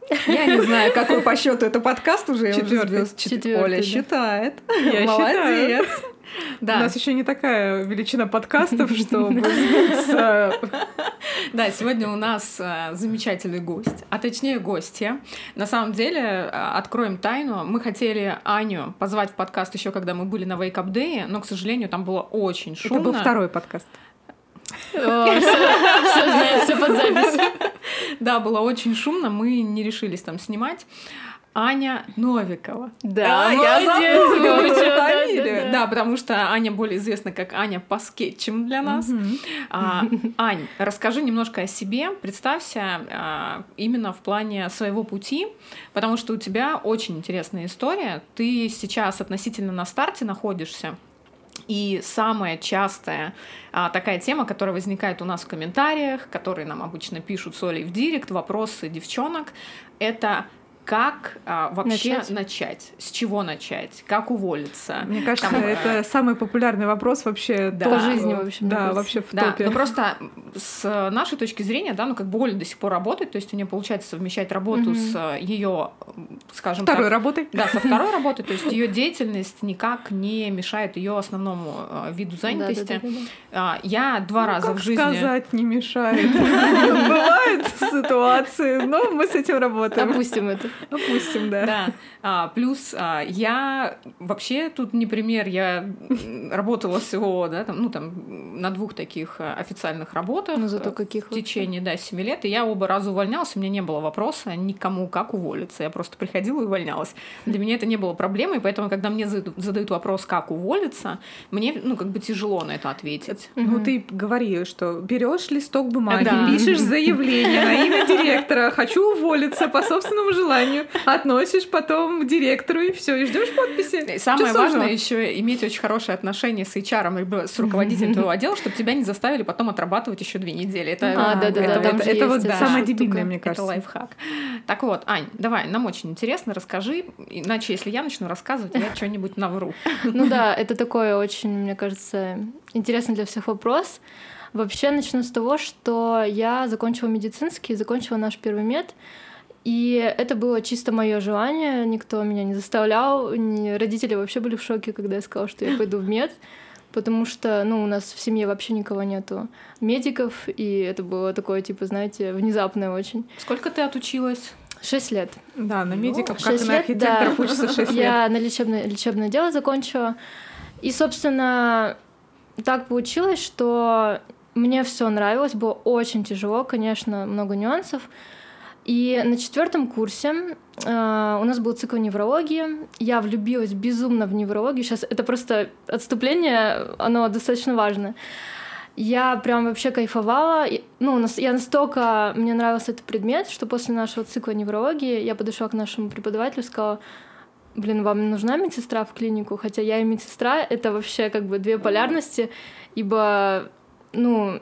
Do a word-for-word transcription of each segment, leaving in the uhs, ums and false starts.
Я не знаю, какой по счету это подкаст уже. Четвертый. Четвертый. Оля считает. Я Молодец. Да. У нас еще не такая величина подкастов, чтобы сбиться. Да, сегодня у нас замечательный гость, а точнее гостья. На самом деле, откроем тайну, мы хотели Аню позвать в подкаст еще когда мы были на Wake Up Day, но, к сожалению, там было очень шумно. Это был второй подкаст. Все знаю, все под запись. Да, было очень шумно, мы не решились там снимать. Аня Новикова. Да, а, я забыла эту фамилию. Да, да, да, потому что Аня более известна как Аня по скетчам для нас. Мгм. А, Ань, расскажи немножко о себе, представься а, именно в плане своего пути, потому что у тебя очень интересная история. Ты сейчас относительно на старте находишься. И самая частая а, такая тема, которая возникает у нас в комментариях, которые нам обычно пишут с Олей в директ, вопросы девчонок, это как а, вообще начать? начать, с чего начать, как уволиться. Мне кажется, Там, это а... самый популярный вопрос вообще да. по жизни вообще. Да, вообще в да, топе. Ну просто с нашей точки зрения, да, ну как бы Оля до сих пор работает, то есть у нее получается совмещать работу mm-hmm. с ее, скажем второй так, работой. Да, со второй работой, то есть ее деятельность никак не мешает ее основному виду занятости. Да, да, да, да. Я два ну, раза как в жизни. Сказать не мешает. Бывают ситуации, но мы с этим работаем. Опустим это. Опустим, да. Да. А, плюс а, я вообще тут не пример, я работала всего, да, там, ну там на двух таких официальных работах. Ну зато каких в течение, да, семи лет, и я оба раза увольнялась, у меня не было вопроса никому, как уволиться, я просто приходила и увольнялась. Для меня это не было проблемой, поэтому, когда мне задают вопрос, как уволиться, мне, ну, как бы тяжело на это ответить. Ну, mm-hmm. ты говори, что берешь листок бумаги, да. пишешь заявление на имя директора, хочу уволиться по собственному желанию, относишь потом к директору и все, и ждешь подписи. И самое важное еще иметь очень хорошие отношения с эйч ар, либо с руководителем твоего отдела, чтобы тебя не заставили потом отрабатывать еще две недели. Это, а, да, да, это, да, это, это вот да, самое дебильное, мне кажется. Это лайфхак. Так вот, Ань, давай, нам очень интересно, расскажи, иначе если я начну рассказывать, я что-нибудь навру. Ну да, это такой очень, мне кажется, интересный для всех вопрос. Вообще начну с того, что я закончила медицинский, закончила наш первый мед, и это было чисто мое желание, никто меня не заставлял, не... родители вообще были в шоке, когда я сказала, что я пойду в мед, потому что, ну, у нас в семье вообще никого нету медиков, и это было такое, типа, знаете, внезапное очень. Сколько ты отучилась? Шесть лет. Да, на медиков, ну, как и на архитекторов, да. Учится шесть лет. Я на лечебное, лечебное дело закончила, и, собственно, так получилось, что мне все нравилось, было очень тяжело, конечно, много нюансов. И на четвертом курсе э, у нас был цикл неврологии. Я влюбилась безумно в неврологию. Сейчас это просто отступление, оно достаточно важно. Я прям вообще кайфовала. Ну, я настолько... Мне нравился этот предмет, что после нашего цикла неврологии я подошла к нашему преподавателю и сказала: блин, вам нужна медсестра в клинику? Хотя я и медсестра — это вообще как бы две полярности, ибо, ну,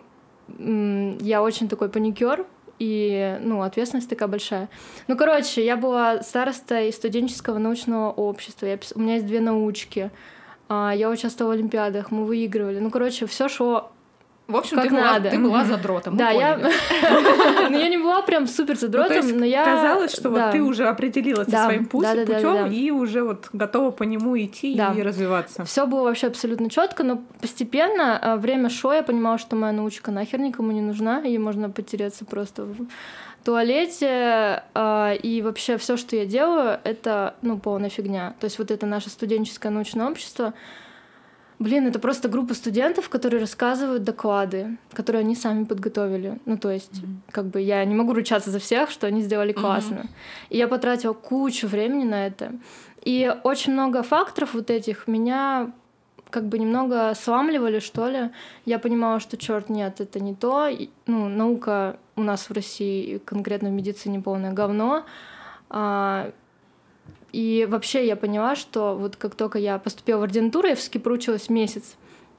я очень такой паникер, и, ну, ответственность такая большая. Ну, короче, я была старостой студенческого научного общества, я, у меня есть две научки, я участвовала в олимпиадах, мы выигрывали. Ну, короче, все шло. В общем, как ты, была, надо. ты была задротом. Да, я... ну, я не была прям супер задротом, ну, то есть но я... казалось, что да. вот ты уже определилась да. со своим путь, да, да, путем да, да, да. и уже вот готова по нему идти да. и развиваться. Все было вообще абсолютно четко, но постепенно время шло, я понимала, что моя научка нахер никому не нужна, ей можно потеряться просто в туалете, и вообще все, что я делаю, это, ну, полная фигня. То есть вот это наше студенческое научное общество. Блин, это просто группа студентов, которые рассказывают доклады, которые они сами подготовили. Ну, то есть, mm-hmm. как бы я не могу ручаться за всех, что они сделали классно. Mm-hmm. И я потратила кучу времени на это. И очень много факторов вот этих меня как бы немного сламливали, что ли. Я понимала, что, черт, нет, это не то. И, ну, наука у нас в России, конкретно в медицине, полное говно. А, И вообще я поняла, что вот как только я поступила в ординатуру, я все-таки проучилась месяц.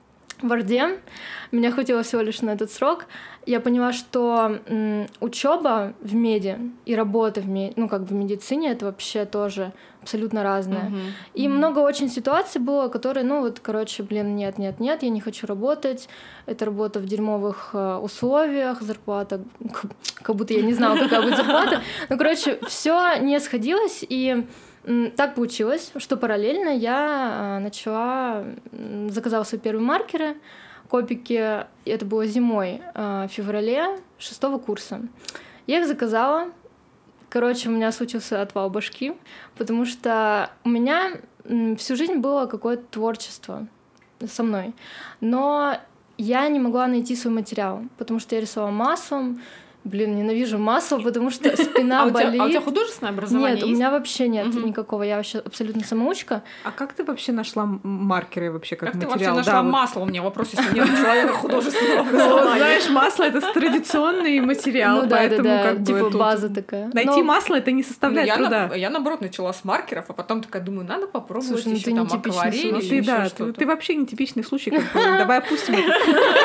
в Орде. Меня хватило всего лишь на этот срок. Я поняла, что м, учеба в меди и работа в меди, ну как в медицине, это вообще тоже абсолютно разное. Мгм. И Мгм. много очень ситуаций было, которые, ну вот, короче, блин, нет, нет, нет, я не хочу работать. Это работа в дерьмовых э, условиях, зарплата, как, как будто я не знала, какая будет зарплата. Ну, короче, все не сходилось, и м, так получилось, что параллельно я э, начала, м, заказала свои первые маркеры, копики, это было зимой, э, в феврале шестого курса. Я их заказала. Короче, у меня случился отвал башки, потому что у меня м, всю жизнь было какое-то творчество со мной, но я не могла найти свой материал, потому что я рисовала маслом. Блин, ненавижу масло, потому что спина А у тебя, болит. а у тебя художественное образование Нет, у есть? меня вообще нет Мгм. никакого. Я вообще абсолютно самоучка. А как ты вообще нашла м- маркеры вообще как, Как ты материал? вообще нашла Да, вот. масло? У меня вопрос, если нет у человека художественного Ну, образования. знаешь, масло — это традиционный материал, Ну да, да, поэтому да, как бы типа тут база такая. найти Но- масло — это не Ну, составляет я, труда. на- я, наоборот, начала с маркеров, а потом такая думаю, надо попробовать Слушай, ну еще ты там нетипичный акварель Ну, случай. или ты, да, еще ты, что-то. ты вообще нетипичный случай, как бы. Давай опустим это.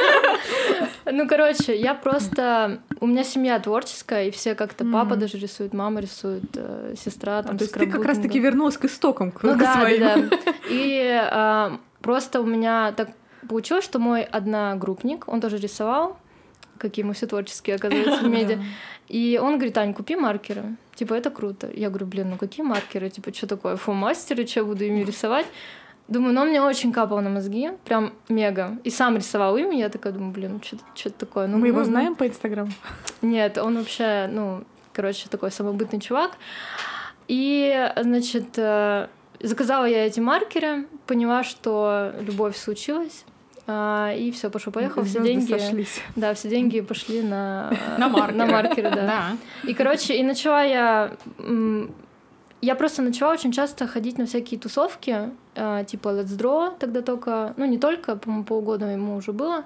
Ну, короче, я просто... У меня семья творческая, и все как-то... Мгм. Папа даже рисует, мама рисует, э, сестра А, там то есть ты как скраббукинга. раз-таки вернулась к истокам, к Ну к да, своим. да, да. И а, просто у меня так получилось, что мой одногруппник, он тоже рисовал, какие мы все творческие, оказывается, в меди. И он говорит: Ань, купи маркеры. Типа, это круто. Я говорю: блин, ну какие маркеры? Типа, что такое, фломастеры, что я буду ими рисовать? Думаю, ну он мне очень капал на мозги, прям мега. И сам рисовал ими, я такая думаю, блин, что это такое? Ну, Мы его ну, ну. знаем по Инстаграму? Нет, он вообще, ну, короче, такой самобытный чувак. И, значит, э, заказала я эти маркеры, поняла, что любовь случилась, а, и все, пошло-поехало, все Звезды деньги, сошлись. да, все деньги пошли на На маркеры. на маркеры, да. Да. И, короче, и начала я, м, я просто начала очень часто ходить на всякие тусовки, э, типа Let's Draw, тогда только, ну не только, по-моему, полгода ему уже было.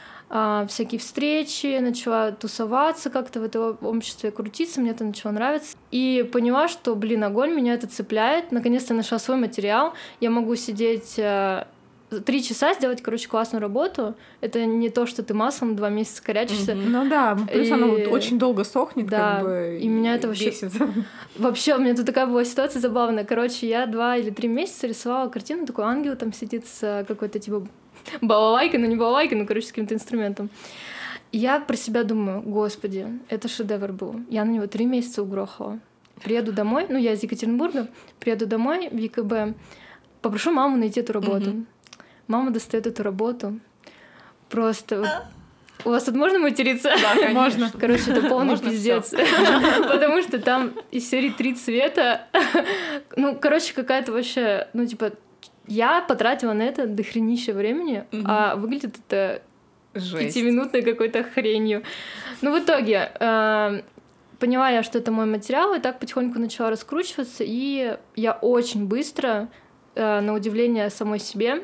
А, всякие встречи, начала тусоваться как-то в этом обществе, крутиться, мне это начало нравиться. И поняла, что, блин, огонь, меня это цепляет. Наконец-то нашла свой материал. Я могу сидеть э, три часа, сделать, короче, классную работу. Это не то, что ты маслом два месяца корячишься. Мгм. Ну да, плюс оно вот И- очень долго сохнет, Да, как бы. и меня это вообще- бесит. Вообще, у меня тут такая была ситуация забавная. Короче, я два или три месяца рисовала картину, такой ангел там сидит с э, какой-то типа балалайкой, ну не балалайкой, ну, короче, с каким-то инструментом. И я про себя думаю: господи, это шедевр был. Я на него три месяца угрохала. Приеду домой, ну, я из Екатеринбурга, приеду домой в ЕКБ, попрошу маму найти эту работу. Мгм. Мама достает эту работу. Просто... У вас тут можно материться? Да, конечно. Можно. Короче, это полный Можно пиздец. Потому что там из серии три цвета. Ну, короче, какая-то вообще... Ну, типа, я потратила на это дохренище времени, Мгм. а выглядит это Жесть. пятиминутной какой-то хренью. Ну, в итоге э, поняла я, что это мой материал, и так потихоньку начала раскручиваться, и я очень быстро, э, на удивление самой себе,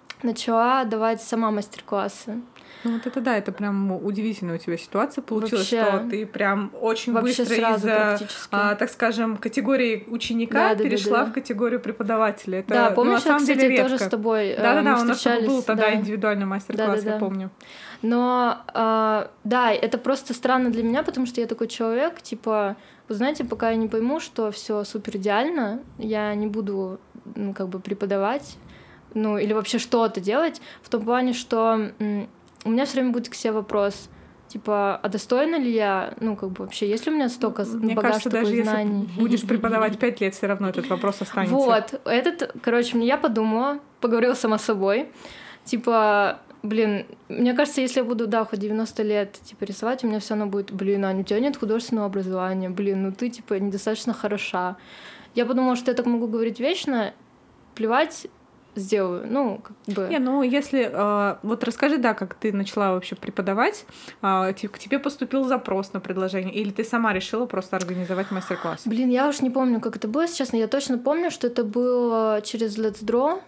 начала давать сама мастер-классы. Ну вот это да, это прям удивительная у тебя ситуация получилась, Вообще. что ты прям очень Вообще быстро сразу из, практически. а, так скажем, категории ученика Да, да, да, перешла да. в категорию преподавателя. Это, Да, ну, помнишь, на самом я, кстати, деле редко. тоже с тобой э, Да-да-да, мы у нас встречались, был тогда да. индивидуальный мастер-класс, Да-да-да. я помню. Но э, да, это просто странно для меня, потому что я такой человек, типа, вы знаете, пока я не пойму, что все супер идеально, я не буду, ну, как бы преподавать, ну, или вообще что-то делать, в том плане, что м, у меня все время будет к себе вопрос, типа, а достойна ли я, ну, как бы вообще, есть ли у меня столько з- Мне багаж кажется, такой даже знаний? если будешь преподавать пять лет, все равно этот вопрос останется. Вот, этот, короче, мне я подумала, поговорила сама с собой, типа, блин, мне кажется, если я буду, да, хоть девяносто лет, типа, рисовать, у меня все равно будет: блин, Аня, у тебя нет художественного образования, блин, ну ты, типа, недостаточно хороша. Я подумала, что я так могу говорить вечно, плевать, сделаю, ну, как бы... Не, ну если... э, вот расскажи, да, как ты начала вообще преподавать, э, те- к тебе поступил запрос на предложение, или ты сама решила просто организовать мастер-класс? Блин, я уж не помню, как это было, если честно. Я точно помню, что это было через Let's Draw.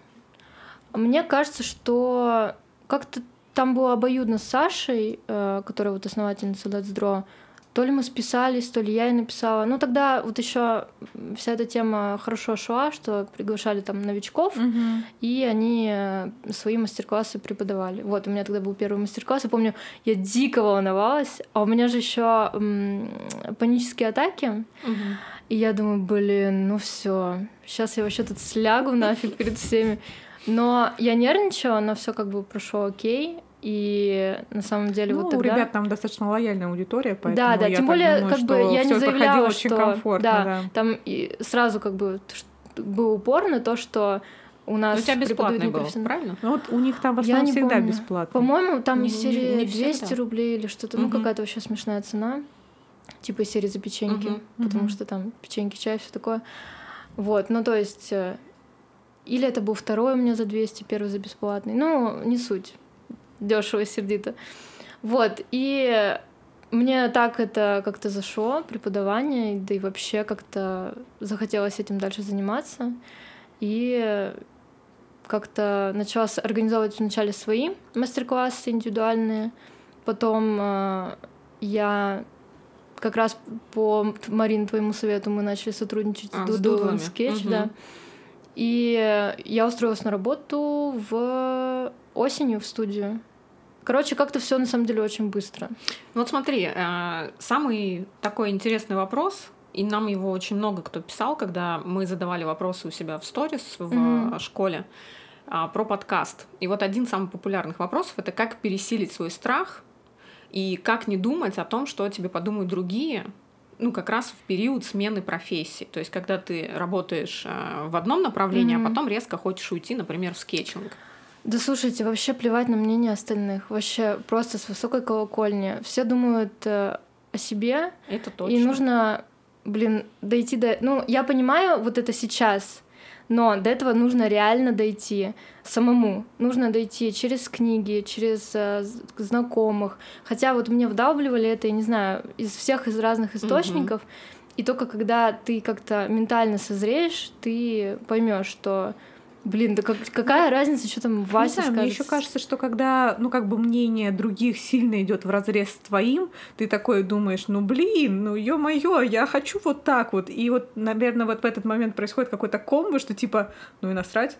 Мне кажется, что как-то там было обоюдно с Сашей, э, которая вот основательница Let's Draw. то ли мы списались, то ли я ей написала. Ну, тогда вот еще вся эта тема хорошо шла, что приглашали там новичков, Мгм. и они э, свои мастер-классы преподавали. Вот, у меня тогда был первый мастер-класс. Я помню, я дико волновалась, а у меня же еще панические атаки. Мгм. И я думаю, блин, ну все, сейчас я вообще тут слягу нафиг перед всеми. Но я нервничала, но все как бы прошло окей. И на самом деле Ну, вот у тогда... ребят там достаточно лояльная аудитория, поэтому Да, да, я тем так более, думаю, как что бы я не всё проходило заявляла, очень что... комфортно, да, да. там и сразу как бы т- был упор на то, что у нас У тебя преподают бесплатный был, непрофессионально. правильно? Ну, вот у них там в Я основном не всегда помню. бесплатно. По-моему, там Не- из не- серии не двести всегда. рублей или что-то, ну Мгм. какая-то вообще смешная цена, типа из серии за печеньки, Мгм. потому Мгм. что там печеньки, чай, все такое. Вот, ну то есть... э, Или это был второй у меня за двести, первый за бесплатный. Ну, не суть. Дешево, сердито. Вот, и мне так это как-то зашло, преподавание, да и вообще как-то захотелось этим дальше заниматься. И как-то начала с- организовывать вначале свои мастер-классы индивидуальные. Потом э, я как раз по, Марин, твоему совету мы начали сотрудничать А, с с Doodle дудлами. and Sketch, Мгм. да. И я устроилась на работу в осенью в студию. Короче, как-то все на самом деле очень быстро. Ну вот смотри, э, самый такой интересный вопрос, и нам его очень много кто писал, когда мы задавали вопросы у себя в сторис в Мгм. э, школе а, про подкаст. И вот один из самых популярных вопросов — это как пересилить свой страх и как не думать о том, что о тебе подумают другие, ну, как раз в период смены профессии. То есть, когда ты работаешь э, в одном направлении, Мгм. а потом резко хочешь уйти, например, в скетчинг. Да слушайте, вообще плевать на мнение остальных. Вообще просто с высокой колокольни. Все думают э, о себе, Это точно. и нужно, блин, дойти до... Ну, я понимаю вот это сейчас, но до этого нужно реально дойти самому. Нужно дойти через книги, через э, з- знакомых. Хотя вот мне вдалбливали это, я не знаю, из всех из разных источников. И только когда ты как-то ментально созреешь, ты поймешь, что, блин, да как- какая разница, что там Не Вася знаю, скажет. мне еще кажется, что когда, ну, как бы мнение других сильно идет в разрез с твоим, ты такой думаешь, ну, блин, ну, ё-моё, я хочу вот так вот. И вот, наверное, вот в этот момент происходит какой-то комбо, что типа, ну и насрать.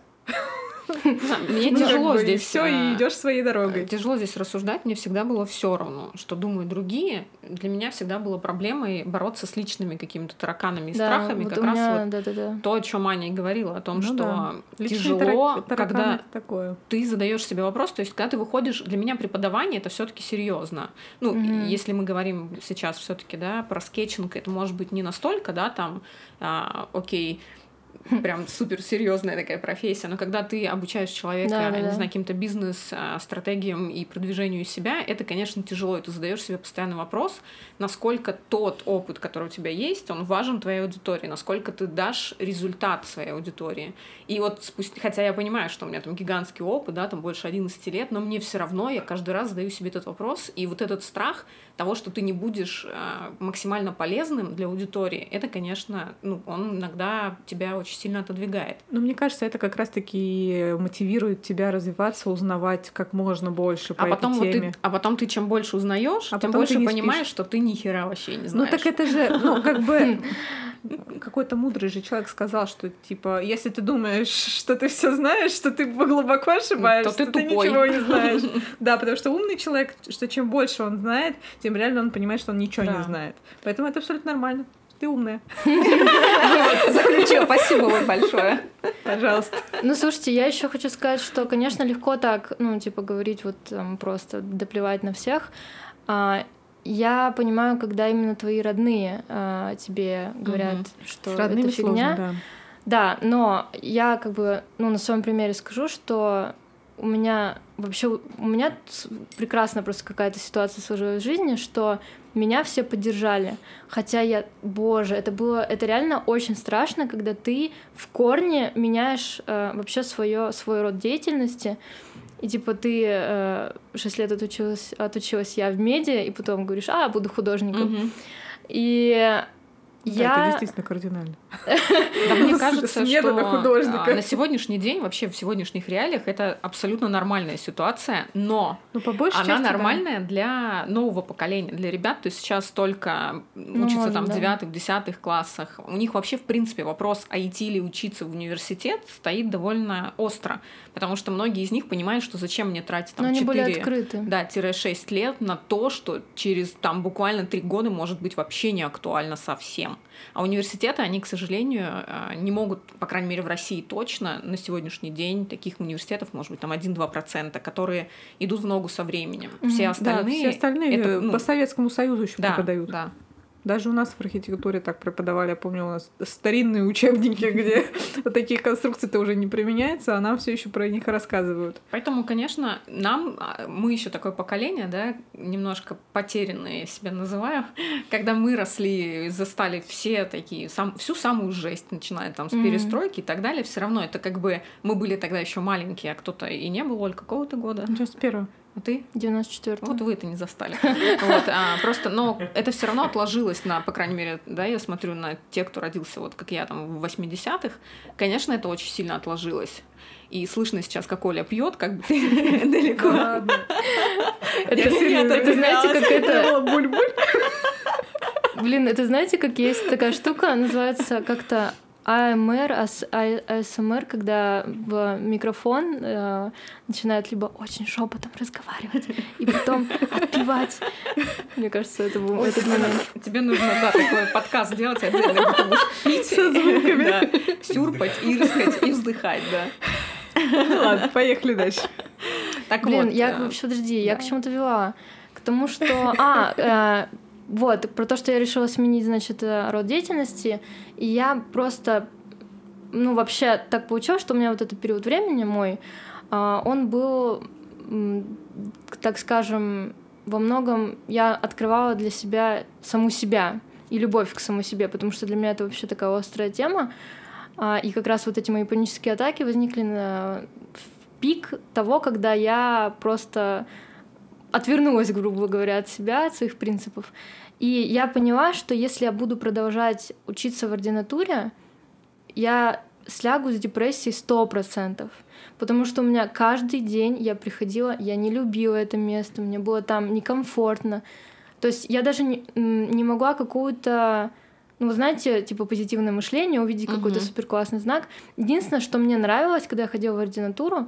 Да, мне Ну, тяжело как бы, здесь. все, а, и идешь своей дорогой. Тяжело здесь рассуждать. Мне всегда было все равно, что думают другие. Для меня всегда было проблемой бороться с личными какими-то тараканами и Да, страхами. вот Как у раз меня, вот да-да-да. то, о чем Аня и говорила, о том, Ну что да. Личные тяжело, тарак- тараканы когда это такое. ты задаешь себе вопрос, то есть, когда ты выходишь, для меня преподавание это все-таки серьезно. Ну, Мгм. если мы говорим сейчас все-таки, да, про скетчинг, это может быть не настолько, да, там, а, окей, прям супер серьезная такая профессия, но когда ты обучаешь человека, Да, да, не да. знаю, каким-то бизнес-стратегиям и продвижению себя, это, конечно, тяжело, и ты задаешь себе постоянный вопрос, насколько тот опыт, который у тебя есть, он важен твоей аудитории, насколько ты дашь результат своей аудитории. И вот спустя, хотя я понимаю, что у меня там гигантский опыт, да, там больше одиннадцати лет, но мне все равно, я каждый раз задаю себе этот вопрос, и вот этот страх того, что ты не будешь э, максимально полезным для аудитории, это, конечно, ну, он иногда тебя очень сильно отодвигает. Но мне кажется, это как раз-таки мотивирует тебя развиваться, узнавать как можно больше по А потом, этой вот теме. ты, а потом ты чем больше узнаешь, А тем потом больше ты не понимаешь, спишь. что ты ни хера вообще не Ну знаешь. так это же, ну как бы какой-то мудрый же человек сказал, что типа, если ты думаешь, что ты все знаешь, что ты глубоко ошибаешься, То ты что ты тупой. ничего не знаешь. Да, потому что умный человек, что чем больше он знает, тем реально он понимает, что он ничего Да. не знает. Поэтому это абсолютно нормально. Ты умная. Заключила. Спасибо вам большое. Пожалуйста. Ну, слушайте, я еще хочу сказать, что, конечно, легко так, ну, типа, говорить вот там, просто доплевать на всех. А, я понимаю, когда именно твои родные а, тебе говорят, Мгм. что С родными это фигня. сложно, да. Да, но я как бы, ну, на своем примере скажу, что у меня вообще, у меня с- прекрасно просто какая-то ситуация сложилась в жизни, что меня все поддержали. Хотя я, боже, это было, это реально очень страшно, когда ты в корне меняешь э, вообще свое, свой род деятельности. И типа ты э, шесть лет отучилась, отучилась я в медиа, и потом говоришь, а, буду художником. Мгм. И Я... Да, это действительно кардинально. Да, мне кажется, что художника. на сегодняшний день, вообще в сегодняшних реалиях, это абсолютно нормальная ситуация, но ну, по большей она части, нормальная да. для нового поколения, для ребят, то есть сейчас только ну, учатся может, там да. в девятых, десятых классах. У них вообще, в принципе, вопрос, а идти ли учиться в университет стоит довольно остро, потому что многие из них понимают, что зачем мне тратить там четыре, да, шесть лет на то, что через там буквально три года может быть вообще не актуально совсем. А университеты, они, к сожалению, не могут, по крайней мере, в России точно на сегодняшний день таких университетов, может быть, там один-два процента, которые идут в ногу со временем. Mm-hmm. Все остальные... Да, все остальные это, ну, по Советскому Союзу еще да, преподают. Да. Даже у нас в архитектуре так преподавали. Я помню, у нас старинные учебники, где такие конструкции-то уже не применяются, а нам все еще про них рассказывают. Поэтому, конечно, нам, мы еще такое поколение, да, немножко потерянное, я себя называю, когда мы росли, застали все такие, сам, всю самую жесть, начиная там с перестройки и так далее, все равно это как бы мы были тогда еще маленькие, а кто-то и не был. Оль, какого ты года? девяносто первого. А ты? девяносто четвёртого. Вот вы это не застали. Вот, а, просто, но это все равно отложилось на, по крайней мере, да, я смотрю на тех, кто родился, вот как я, там, в восьмидесятых, конечно, это очень сильно отложилось. И слышно сейчас, как Оля пьет, как бы далеко. Это, знаете, как это... Блин, это знаете, как есть такая штука, называется как-то а эм эр, а эс эм эр, когда в микрофон э, начинают либо очень шепотом разговаривать и потом отпевать. Мне кажется, это был этот момент. Тебе нужно, да, такой подкаст делать отдельно, где ты будешь пить со звуками, да, сюрпать, ирскать и вздыхать, да. Ну ладно, поехали дальше. Так Блин, вот, я, э, подожди, я к чему-то вела. К тому, что... А, э, вот, про то, что я решила сменить, значит, род деятельности, и я просто, ну, вообще так получилось, что у меня вот этот период времени мой, он был, так скажем, во многом я открывала для себя саму себя и любовь к самой себе, потому что для меня это вообще такая острая тема, и как раз вот эти мои панические атаки возникли на в пик того, когда я просто... отвернулась, грубо говоря, от себя, от своих принципов. И я поняла, что если я буду продолжать учиться в ординатуре, я слягу с депрессией сто процентов. Потому что у меня каждый день я приходила, я не любила это место, мне было там некомфортно. То есть я даже не, не могла какую-то, ну, вы знаете, типа позитивное мышление, увидеть uh-huh. какой-то суперклассный знак. Единственное, что мне нравилось, когда я ходила в ординатуру,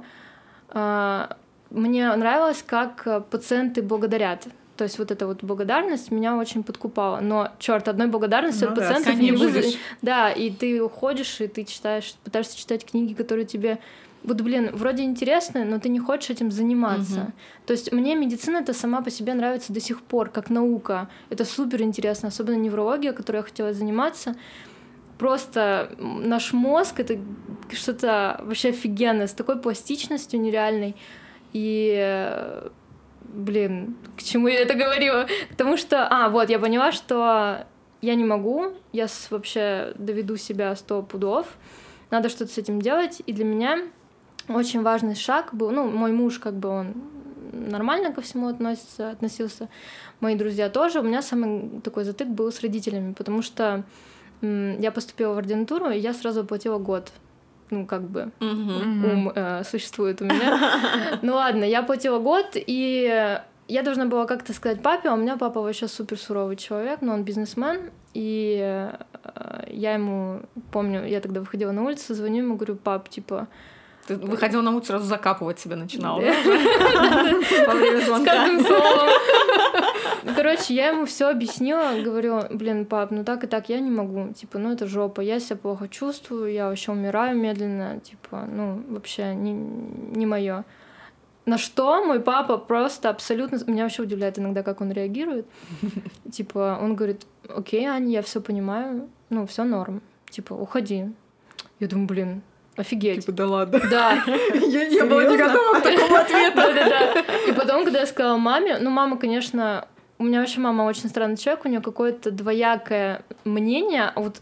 мне нравилось, как пациенты благодарят. То есть вот эта вот благодарность меня очень подкупала. Но, черт, одной благодарностью ну, от да, пациентов не вызвать. Да, и ты уходишь, и ты читаешь, пытаешься читать книги, которые тебе... Вот, блин, вроде интересно, но ты не хочешь этим заниматься. Угу. То есть мне медицина-то сама по себе нравится до сих пор, как наука. Это супер интересно, особенно неврология, которой я хотела заниматься. Просто наш мозг — это что-то вообще офигенное, с такой пластичностью нереальной. И, блин, к чему я это говорила? Потому что, а, вот, я поняла, что я не могу, я вообще доведу себя сто пудов, надо что-то с этим делать, и для меня очень важный шаг был, ну, мой муж, как бы, он нормально ко всему относится, относился, мои друзья тоже, у меня самый такой затык был с родителями, потому что м- я поступила в ординатуру, и я сразу оплатила год. Ну, как бы, uh-huh. ум э, существует у меня. Ну ладно, я платила год, и я должна была как-то сказать папе, а у меня папа вообще супер суровый человек, но он бизнесмен, и э, я ему, помню, я тогда выходила на улицу, звоню ему, говорю, пап, типа... Ты выходила на улицу, сразу закапывать себя начинала, да? Во время звонка. Короче, я ему все объяснила, говорю, блин, пап, ну так и так я не могу, типа, ну это жопа, я себя плохо чувствую, я вообще умираю медленно, типа, ну вообще не, не мое. На что мой папа просто абсолютно... Меня вообще удивляет иногда, как он реагирует. Типа, он говорит, окей, Аня, я все понимаю, ну все норм, типа, уходи. Я думаю, блин, офигеть. Типа, да ладно. Да. Я была не готова к такому ответу. Да-да-да. И потом, когда я сказала маме, ну, мама, конечно... У меня вообще мама очень странный человек, у нее какое-то двоякое мнение. Вот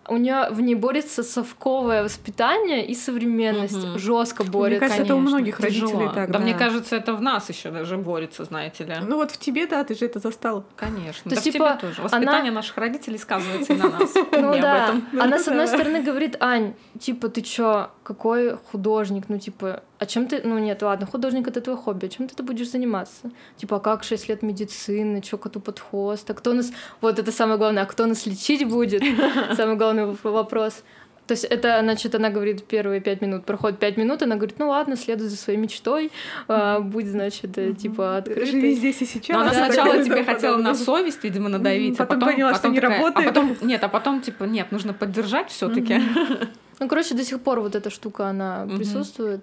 у нее в ней борется совковое воспитание и современность. Угу. Жестко борется. Мне кажется, конечно. это у многих Тяжело. родителей так. Да, да, мне кажется, это в нас еще даже борется, знаете ли. Ну вот в тебе, да, ты же это застал. Конечно. То да, есть, в типа, тебе тоже. Воспитание она... наших родителей сказывается и на нас. Ну да. Она, Ну с одной да. стороны, говорит: Ань, типа, ты чё, какой художник? Ну, типа, а чем ты... Ну, нет, ладно, художник — это твое хобби, а чем ты будешь заниматься? Типа, а как шесть лет медицины, чё коту под хвост? А кто нас... Вот это самое главное, а кто нас лечить будет? Самый главный вопрос. То есть это, значит, она говорит, первые пять минут, проходит пять минут, она говорит: ну ладно, следуй за своей мечтой, а, будь, значит, типа, открытой. Живи здесь и сейчас. Но она Да, сначала да, тебе да, хотела потом- на совесть, видимо, надавить, Потом а потом поняла, потом что не такая- работает. А потом, нет, а потом, типа, нет, нужно поддержать все таки Ну, короче, до сих пор вот эта штука, она Мгм. присутствует,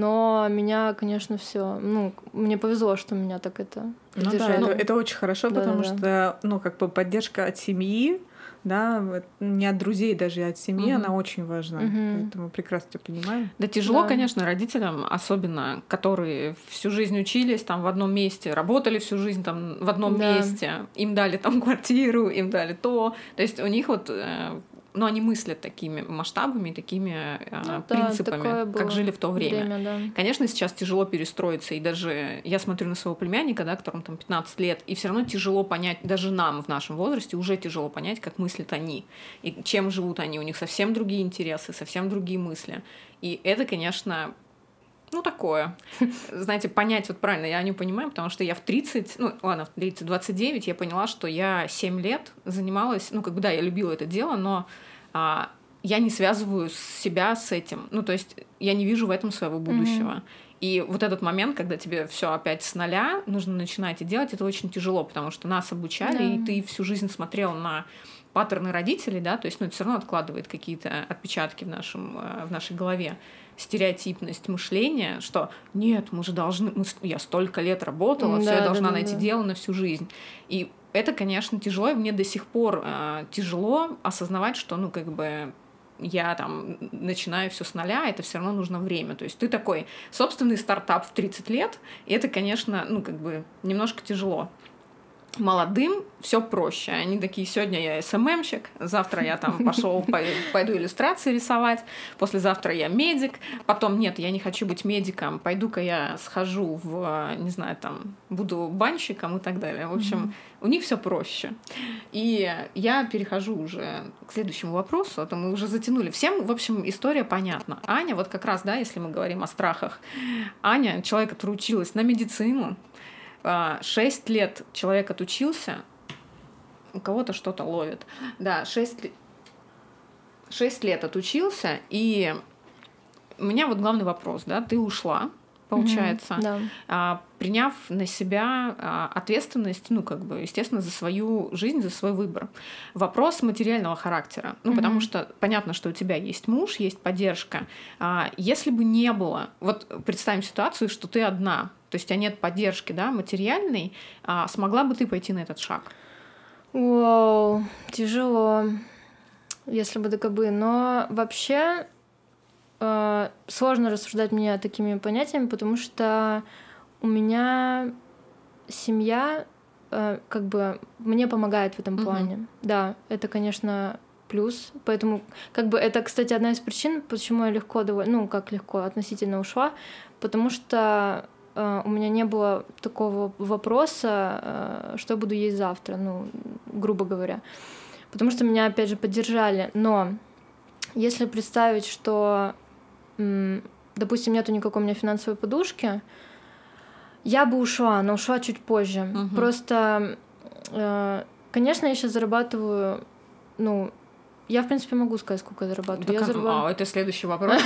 но меня, конечно, все, ну, мне повезло, что меня так это Ну да, поддержали. это, это очень хорошо, Да, потому да, что, ну, как бы поддержка от семьи, да, вот не от друзей даже, а от семьи, Мгм. она очень важна. Мгм. Поэтому прекрасно тебя понимаю. Да, тяжело, Да. конечно, родителям, особенно, которые всю жизнь учились там в одном месте, работали всю жизнь там в одном Да. месте, им дали там квартиру, им дали то. То есть у них вот, э, ну, они мыслят такими масштабами, такими э, Ну да, принципами, такое было как жили в то время. время, да. Конечно, сейчас тяжело перестроиться, и даже я смотрю на своего племянника, да, которому там пятнадцать лет, и все равно тяжело понять, даже нам в нашем возрасте уже тяжело понять, как мыслят они, и чем живут они, у них совсем другие интересы, совсем другие мысли. И это, конечно, ну, такое. Знаете, понять вот правильно, я не понимаю, потому что я в тридцать, ну, ладно, в тридцать, двадцать девять я поняла, что я семь лет занималась, ну, как бы, да, я любила это дело, но а, я не связываю себя с этим. Ну, то есть я не вижу в этом своего будущего. Mm-hmm. И вот этот момент, когда тебе все опять с нуля, нужно начинать и делать, это очень тяжело, потому что нас обучали, Yeah. и ты всю жизнь смотрел на паттерны родителей, да, то есть, ну, это все равно откладывает какие-то отпечатки в, нашем, в нашей голове. Стереотипность мышления, что нет, мы же должны, мы, я столько лет работала, Да, все, я да, должна да, найти да. дело на всю жизнь. И это, конечно, тяжело, и мне до сих пор э, тяжело осознавать, что, ну, как бы я там начинаю все с нуля, это все равно нужно время. То есть ты такой собственный стартап в тридцать лет, и это, конечно, ну, как бы немножко тяжело. Молодым все проще. Они такие: сегодня я эс эм эм-щик, завтра я там пошел пойду иллюстрации рисовать, послезавтра я медик, потом нет, я не хочу быть медиком, пойду-ка я схожу в, не знаю, там, буду банщиком и так далее. В общем, mm-hmm. у них все проще. И я перехожу уже к следующему вопросу, а то мы уже затянули. Всем, в общем, история понятна. Аня, вот как раз, да, если мы говорим о страхах, Аня, человек, который училась на медицину, шесть лет человек отучился, у кого-то что-то ловит. Да, шесть лет отучился, и у меня вот главный вопрос, да, ты ушла, получается, mm-hmm, да. а, приняв на себя а, ответственность, ну, как бы, естественно, за свою жизнь, за свой выбор. Вопрос материального характера. Ну, mm-hmm. потому что понятно, что у тебя есть муж, есть поддержка. А, если бы не было, вот представим ситуацию, что ты одна, то есть у тебя нет поддержки, да, материальной, а, смогла бы ты пойти на этот шаг? Вау, тяжело, если бы так бы. Но вообще э, сложно рассуждать мне такими понятиями, потому что у меня семья э, как бы мне помогает в этом Мгм. плане. Да, это, конечно, плюс. Поэтому, как бы, это, кстати, одна из причин, почему я легко довольно, ну, как легко относительно ушла, потому что э, у меня не было такого вопроса, э, что я буду есть завтра, ну, грубо говоря. Потому что меня, опять же, поддержали. Но если представить, что, м, допустим, нету никакой у меня финансовой подушки, я бы ушла, но ушла чуть позже. Мгм. Просто, э, конечно, я сейчас зарабатываю, ну, я, в принципе, могу сказать, сколько я зарабатываю. Да Я как- зарабатываю... А, это следующий вопрос.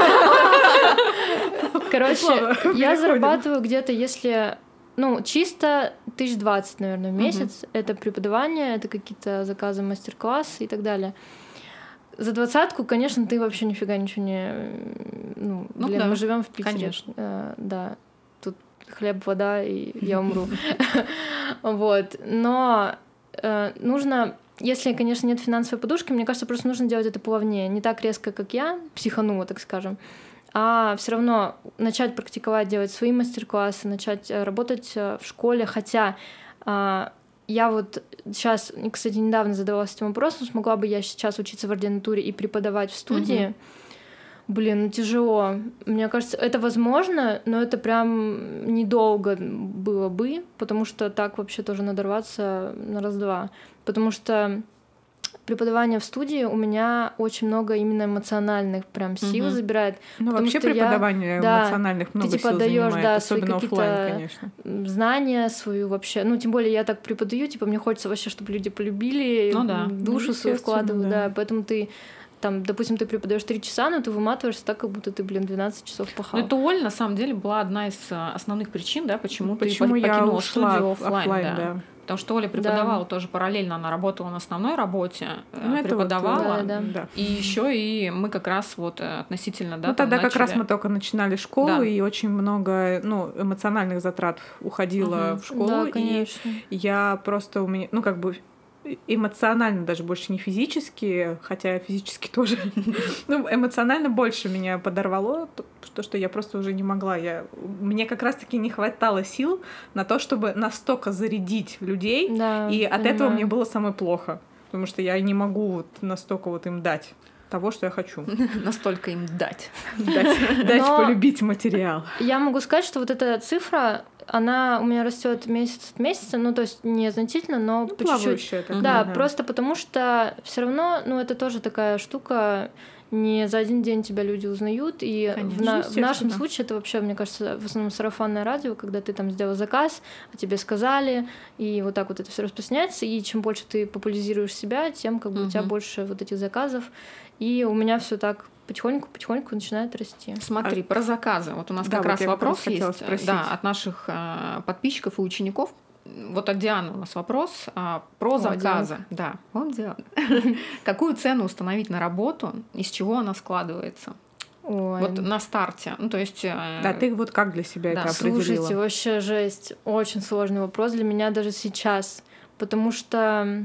Короче, Ладно, я переходим. зарабатываю где-то, если... Ну, чисто тысяч двадцать, наверное, в месяц. Это преподавание, это какие-то заказы, мастер-классы и так далее. За двадцатку, конечно, ты вообще нифига ничего не... Ну, Ну блин, да, мы живем в Питере. конечно. Э, да, тут хлеб, вода, и я умру. Вот. Но э, нужно... Если, конечно, нет финансовой подушки, мне кажется, просто нужно делать это плавнее. Не так резко, как я, психанула, так скажем. А все равно начать практиковать, делать свои мастер-классы, начать э, работать э, в школе. Хотя э, я вот сейчас, кстати, недавно задавалась этим вопросом, смогла бы я сейчас учиться в ординатуре и преподавать в студии. Mm-hmm. Блин, ну тяжело. Мне кажется, это возможно, но это прям недолго было бы, потому что так вообще тоже надорваться на раз-два. Потому что преподавание в студии у меня очень много именно эмоциональных прям сил угу. забирает. Ну вообще преподавание я, эмоциональных да, много ты, типа, сил даёшь, занимает, да, особенно офлайн, конечно. Знания свою вообще. Ну тем более я так преподаю, типа мне хочется вообще, чтобы люди полюбили, ну, да. душу ну, свою вкладывают, да. да, поэтому ты там, допустим, ты преподаешь три часа, но ты выматываешься так, как будто ты, блин, двенадцать часов пахал. Ну, это Оль, на самом деле, была одна из основных причин, да, почему, почему ты покинула студию офлайн. офлайн да. Да. Потому что Оля преподавала да. тоже параллельно, она работала на основной работе, ну, преподавала, вот, да, да, да. и еще и мы как раз вот относительно, да, ну тогда начали... как раз мы только начинали школу, да. и очень много, ну, эмоциональных затрат уходило угу. в школу, да, конечно. И я просто у меня, ну, как бы эмоционально даже больше не физически, хотя физически тоже, ну, эмоционально больше меня подорвало, то, что я просто уже не могла. Я... Мне как раз-таки не хватало сил на то, чтобы настолько зарядить людей, да, и от понимаю. этого мне было самое плохо, потому что я не могу вот настолько вот им дать того, что я хочу. Настолько им дать. Дать полюбить материал. Я могу сказать, что вот эта цифра, она у меня растет месяц от месяца, ну то есть не значительно, но ну, по чуть-чуть. Такая, да, да, просто потому что все равно, ну это тоже такая штука. Не за один день тебя люди узнают, и Конечно, в, на, в нашем случае это вообще, мне кажется, в основном сарафанное радио, когда ты там сделал заказ, а тебе сказали, и вот так вот это все распространяется, и чем больше ты популяризируешь себя, тем как бы uh-huh. у тебя больше вот этих заказов, и у меня все так потихоньку-потихоньку начинает расти. Смотри, а... про заказы. Вот у нас да, как вот раз вопрос есть да, от наших э, подписчиков и учеников. Вот от Дианы у нас вопрос а, про О, заказы. Диана. Да, вот Диана. Какую цену установить на работу, из чего она складывается? Ой. Вот на старте. Ну, то есть... Да, ты вот как для себя да. это определила? Слушайте, вообще жесть. Очень сложный вопрос для меня даже сейчас. Потому что...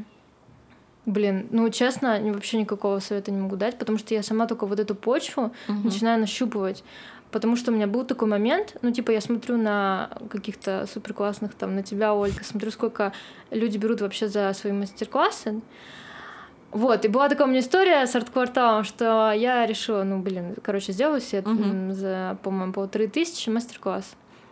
Блин, ну, честно, вообще никакого совета не могу дать, потому что я сама только вот эту почву uh-huh. начинаю нащупывать. Потому что у меня был такой момент, ну, типа, я смотрю на каких-то суперклассных, там, на тебя, Ольга, смотрю, сколько люди берут вообще за свои мастер-классы. Вот, и была такая у меня история с арт-кварталом, что я решила, ну, блин, короче, сделаю себе uh-huh. за, по-моему, полторы тысячи мастер-класс.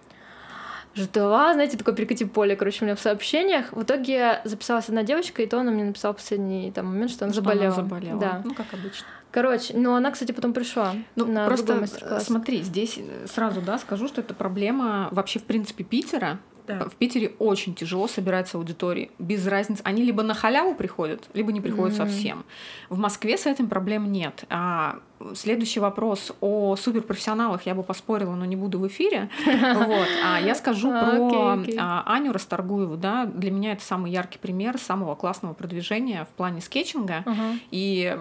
Ждала, знаете, такое перекати поле, короче, у меня в сообщениях. В итоге записалась одна девочка, и то она мне написала в последний там, момент, что она что заболела. Она заболела. Да. Ну, как обычно. Короче, но она, кстати, потом пришла ну, на просто другой мастер-класс. Смотри, здесь сразу, да, скажу, что это проблема вообще, в принципе, Питера. Да. В Питере очень тяжело собирать аудитории. Без разницы. Они либо на халяву приходят, либо не приходят mm-hmm. совсем. В Москве с этим проблем нет. А следующий вопрос о суперпрофессионалах я бы поспорила, но не буду в эфире. Вот. А я скажу про Аню Расторгуеву. Да? Для меня это самый яркий пример самого классного продвижения в плане скетчинга. И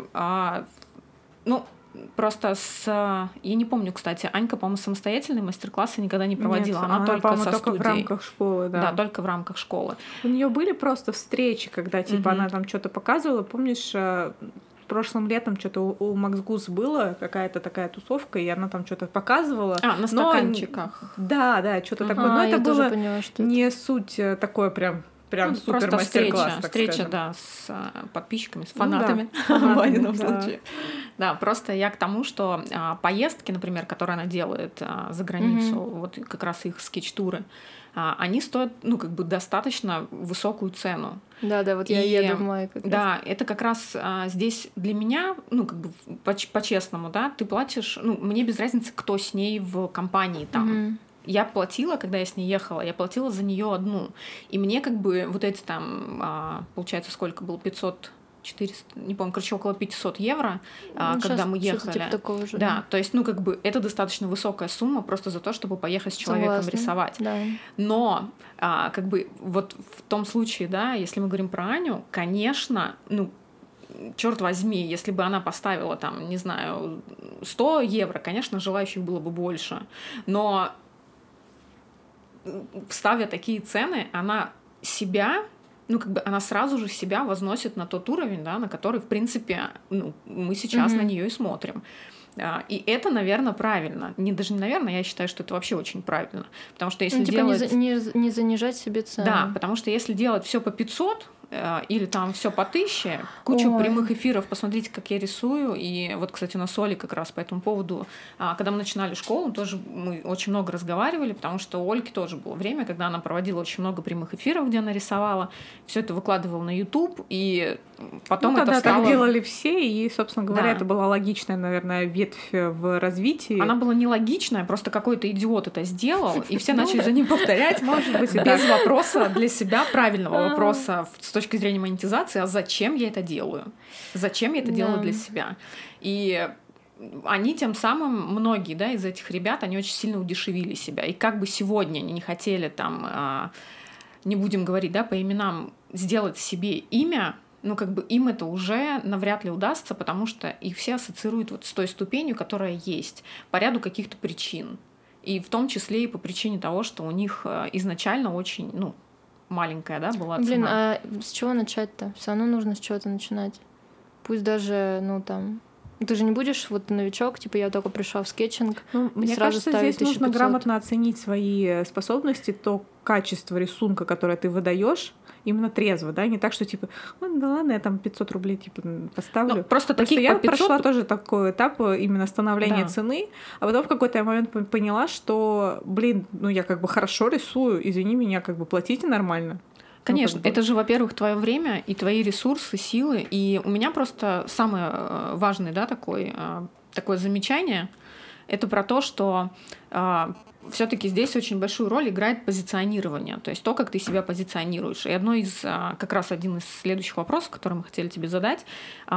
ну, просто с... Я не помню, кстати, Анька, по-моему, самостоятельные мастер-классы никогда не проводила. Нет, она, она только со только студией. в рамках школы, да. Да, только в рамках школы. У нее были просто встречи, когда, типа, Мгм. она там что-то показывала. Помнишь, э, прошлым летом что-то у, у Макс Гус было, какая-то такая тусовка, и она там что-то показывала. А, на стаканчиках. Но... Да, да, что-то Мгм. такое. Но А, это я тоже было поняла, что не суть э, такое прям... Прям Ну, супер просто встреча, мастер-класс, так встреча, скажем. да, с а, подписчиками, с Ну да, фанатами, с в фанатами, Ванином да. случае. Да, просто я к тому, что а, поездки, например, которые она делает а, за границу, Мгм. вот как раз их скетч-туры, а, они стоят, ну, как бы достаточно высокую цену. Да, да, вот я И, еду в мае как раз. Да, это как раз а, здесь для меня, ну, как бы по- по-честному, да, ты платишь, ну, мне без разницы, кто с ней в компании там. Мгм. Я платила, когда я с ней ехала, я платила за нее одну. И мне как бы вот эти там, а, получается, сколько было, пятьсот, четыреста, не помню, короче, около пятьсот евро, а, Ну, когда щас мы что-то ехали. типа такого же, да, да. то есть, ну, как бы это достаточно высокая сумма просто за то, чтобы поехать с человеком Согласна. рисовать. Да. Но, а, как бы, вот в том случае, да, если мы говорим про Аню, конечно, ну, черт возьми, если бы она поставила там, не знаю, сто евро, конечно, желающих было бы больше. Но ставя такие цены, она себя, ну, как бы она сразу же себя возносит на тот уровень, да, на который, в принципе, ну, мы сейчас Мгм. на нее и смотрим. И это, наверное, правильно. Не даже не наверное, я считаю, что это вообще очень правильно. Потому что если ну, типа делать... не, за, не, не занижать себе цену. Да, потому что если делать все по пятьсот, или там все по тысяче, кучу Ой. прямых эфиров, посмотрите, как я рисую. И вот, кстати, у нас с Олей как раз по этому поводу, когда мы начинали школу, тоже мы очень много разговаривали, потому что у Ольги тоже было время, когда она проводила очень много прямых эфиров, где она рисовала, все это выкладывала на YouTube, и потом ну, это тогда стало... так делали все, и, собственно говоря, да. это была логичная, наверное, ветвь в развитии. Она была нелогичная, просто какой-то идиот это сделал, и все начали за ним повторять, может быть, без вопроса для себя, правильного вопроса с точки зрения монетизации, а зачем я это делаю? Зачем я это делаю для себя? И они тем самым, многие, да, из этих ребят, они очень сильно удешевили себя. И как бы сегодня они не хотели там, не будем говорить, да, по именам, сделать себе имя, ну, как бы им это уже навряд ли удастся, потому что их все ассоциируют вот с той ступенью, которая есть, по ряду каких-то причин. И в том числе и по причине того, что у них изначально очень, ну, маленькая, да, была цена. Блин, а с чего начать-то? Все равно нужно с чего-то начинать. Пусть даже, ну, там... Ты же не будешь вот новичок, типа я только пришла в скетчинг, ну, и мне сразу кажется, ставить здесь нужно тысяча пятьсот. грамотно оценить свои способности, то качество рисунка, которое ты выдаешь, именно трезво, да, не так, что типа, ну да ладно, я там пятьсот рублей типа поставлю. Ну, просто Просто таких я по пятьсот... прошла тоже такой этап именно становления да. цены, а потом в какой-то момент поняла, что, блин, ну я как бы хорошо рисую, извини меня, как бы платите нормально. Конечно, ну, как бы... это же, во-первых, твое время и твои ресурсы, силы. И у меня просто самое важное, да, такое, такое замечание, это про то, что все-таки здесь очень большую роль играет позиционирование, то есть то, как ты себя позиционируешь. И одно из, как раз один из следующих вопросов, который мы хотели тебе задать,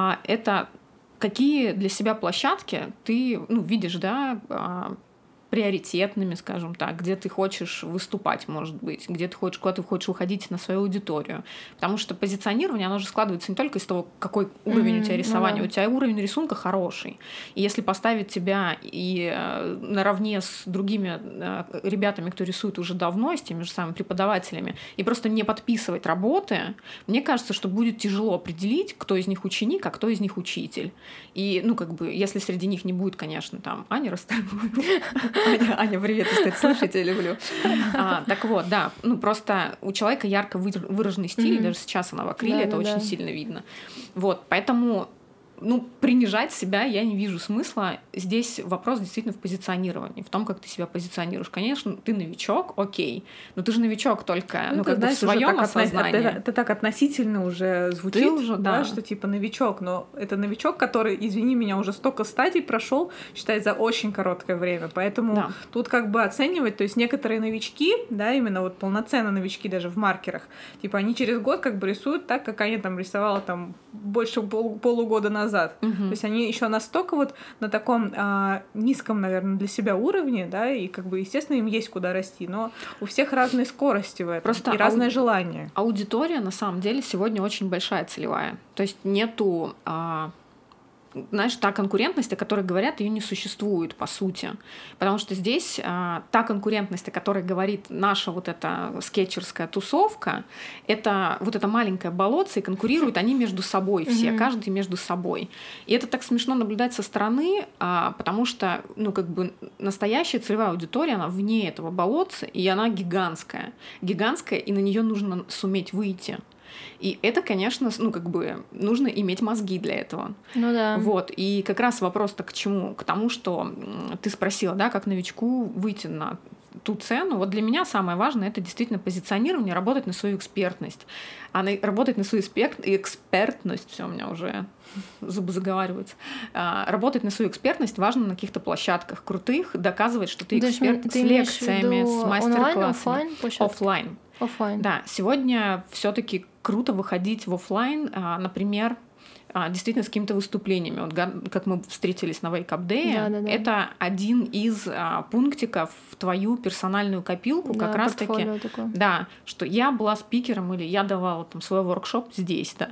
это какие для себя площадки ты, ну, видишь, да, приоритетными, скажем так, где ты хочешь выступать, может быть, где ты хочешь, куда ты хочешь уходить на свою аудиторию. Потому что позиционирование, оно же складывается не только из того, какой уровень mm-hmm. у тебя рисования, ну, да. у тебя уровень рисунка хороший. И если поставить тебя и э, наравне с другими э, ребятами, кто рисует уже давно, с теми же самыми преподавателями, и просто не подписывать работы, мне кажется, что будет тяжело определить, кто из них ученик, а кто из них учитель. И, ну, как бы, если среди них не будет, конечно, там, Аня Расторгуева, Аня, Аня, привет, если ты слышишь, я тебя люблю. А, так вот, да, ну просто у человека ярко выраженный стиль, mm-hmm. даже сейчас она в акриле, да, это да, очень да. сильно видно. Вот, поэтому, ну, принижать себя я не вижу смысла. Здесь вопрос действительно в позиционировании, в том, как ты себя позиционируешь. Конечно, ты новичок, окей, но ты же новичок только, ну, ну как бы в своем осознании. Это, это так относительно уже звучит, ты уже, да, да, что типа новичок, но это новичок, который, извини меня, уже столько стадий прошел, считай, за очень короткое время, поэтому да. тут как бы оценивать, то есть некоторые новички, да, именно вот полноценно новички даже в маркерах, типа они через год как бы рисуют так, как Аня там рисовала там больше пол, полугода назад. Назад. Uh-huh. То есть они еще настолько вот на таком а, низком, наверное, для себя уровне, да, и как бы, естественно, им есть куда расти, но у всех разные скорости в этом Просто и разное ауди... желание. Аудитория, на самом деле, сегодня очень большая целевая. То есть нету... А... знаешь, та конкурентность, о которой говорят, ее не существует, по сути. Потому что здесь а, та конкурентность, о которой говорит наша вот эта скетчерская тусовка, это вот это маленькое болотце, и конкурируют они между собой все, mm-hmm. каждый между собой. И это так смешно наблюдать со стороны, а, потому что, ну, как бы настоящая целевая аудитория, она вне этого болотца, и она гигантская. Гигантская, и на нее нужно суметь выйти. И это, конечно, ну, как бы нужно иметь мозги для этого. Ну да. Вот. И как раз вопрос-то к чему? К тому, что ты спросила, да, как новичку выйти на ту цену. Вот для меня самое важное — это действительно позиционирование, работать на свою экспертность. А на, работать на свою эксперт, экспертность, все у меня уже зубы заговариваются, а, работать на свою экспертность важно на каких-то площадках крутых, доказывать, что ты эксперт ты с лекциями, с мастер-классами. Оффлайн. Оффлайн. Да, сегодня все-таки круто выходить в оффлайн, а, например, а, действительно с какими-то выступлениями. Вот как мы встретились на Wake Up Day, да, да, да. это один из а, пунктиков в твою персональную копилку, да, как раз-таки, такое. Да, что я была спикером или я давала там свой воркшоп здесь, да.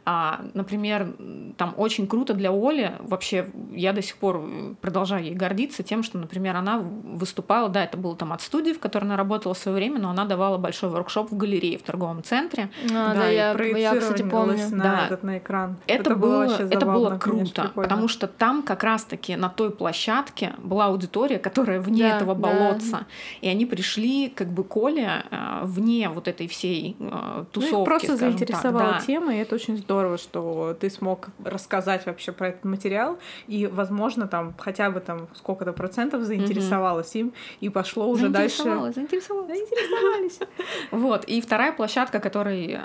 А, например, там очень круто для Оли, вообще я до сих пор продолжаю ей гордиться тем, что, например, она выступала, да, это было там от студии, в которой она работала в свое время, но она давала большой воркшоп в галерее в торговом центре. А, да, да, я, я, кстати, помню. На, да. этот, на экран. Это, это было, было, это было круто, конечно, потому что там как раз-таки на той площадке была аудитория, которая вне да, этого болотца, да. И они пришли как бы к Оле вне вот этой всей э, тусовки, ну, их просто заинтересовала так, да. тема, и это очень здорово, что ты смог рассказать вообще про этот материал, и, возможно, там хотя бы там сколько-то процентов заинтересовалась mm-hmm. им, и пошло уже дальше. Заинтересовалась, заинтересовались. Вот. И вторая площадка, которой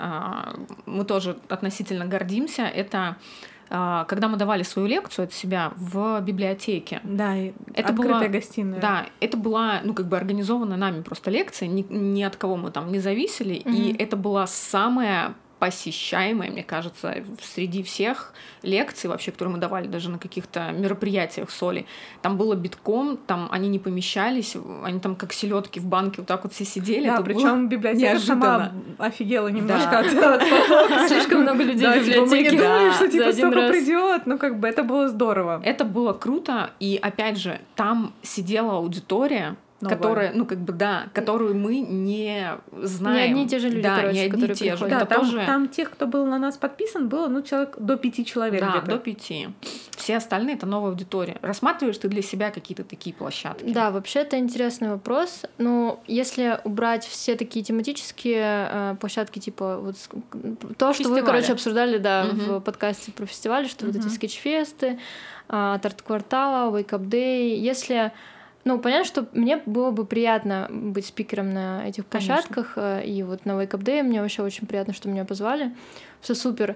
мы тоже относительно гордимся, это когда мы давали свою лекцию от себя в библиотеке. Да, и это открытая была, гостиная. Да, это была, ну, как бы организована нами просто лекция, ни, ни от кого мы там не зависели, mm-hmm. и это была самая посещаемая, мне кажется, среди всех лекций вообще, которые мы давали даже на каких-то мероприятиях с Олей. Там было битком, там они не помещались, они там как селедки в банке вот так вот все сидели. Да, причем библиотека сама офигела немножко от потока. Слишком много людей в библиотеке. Мы не думали, что типа столько придет, ну как бы это было здорово. Это было круто, и опять же, там сидела аудитория, новая. Которая, ну, как бы, да, которую мы не знаем. Не одни и те же люди, да, короче, не одни которые те же. приходят. Да, это там, тоже... там тех, кто был на нас подписан, было, ну, человек до пяти человек да, где-то. до пяти. Все остальные — это новая аудитория. Рассматриваешь ты для себя какие-то такие площадки? Да, вообще это интересный вопрос. Ну, если убрать все такие тематические э, площадки, типа вот то, что фестивали. Вы, короче, обсуждали, да, угу. в подкасте про фестивали, что угу. вот эти скетч-фесты, э, арт-квартала, Wake Up Day, если... Ну, понятно, что мне было бы приятно быть спикером на этих площадках, Конечно. И вот на Wake Up Day мне вообще очень приятно, что меня позвали. Все супер.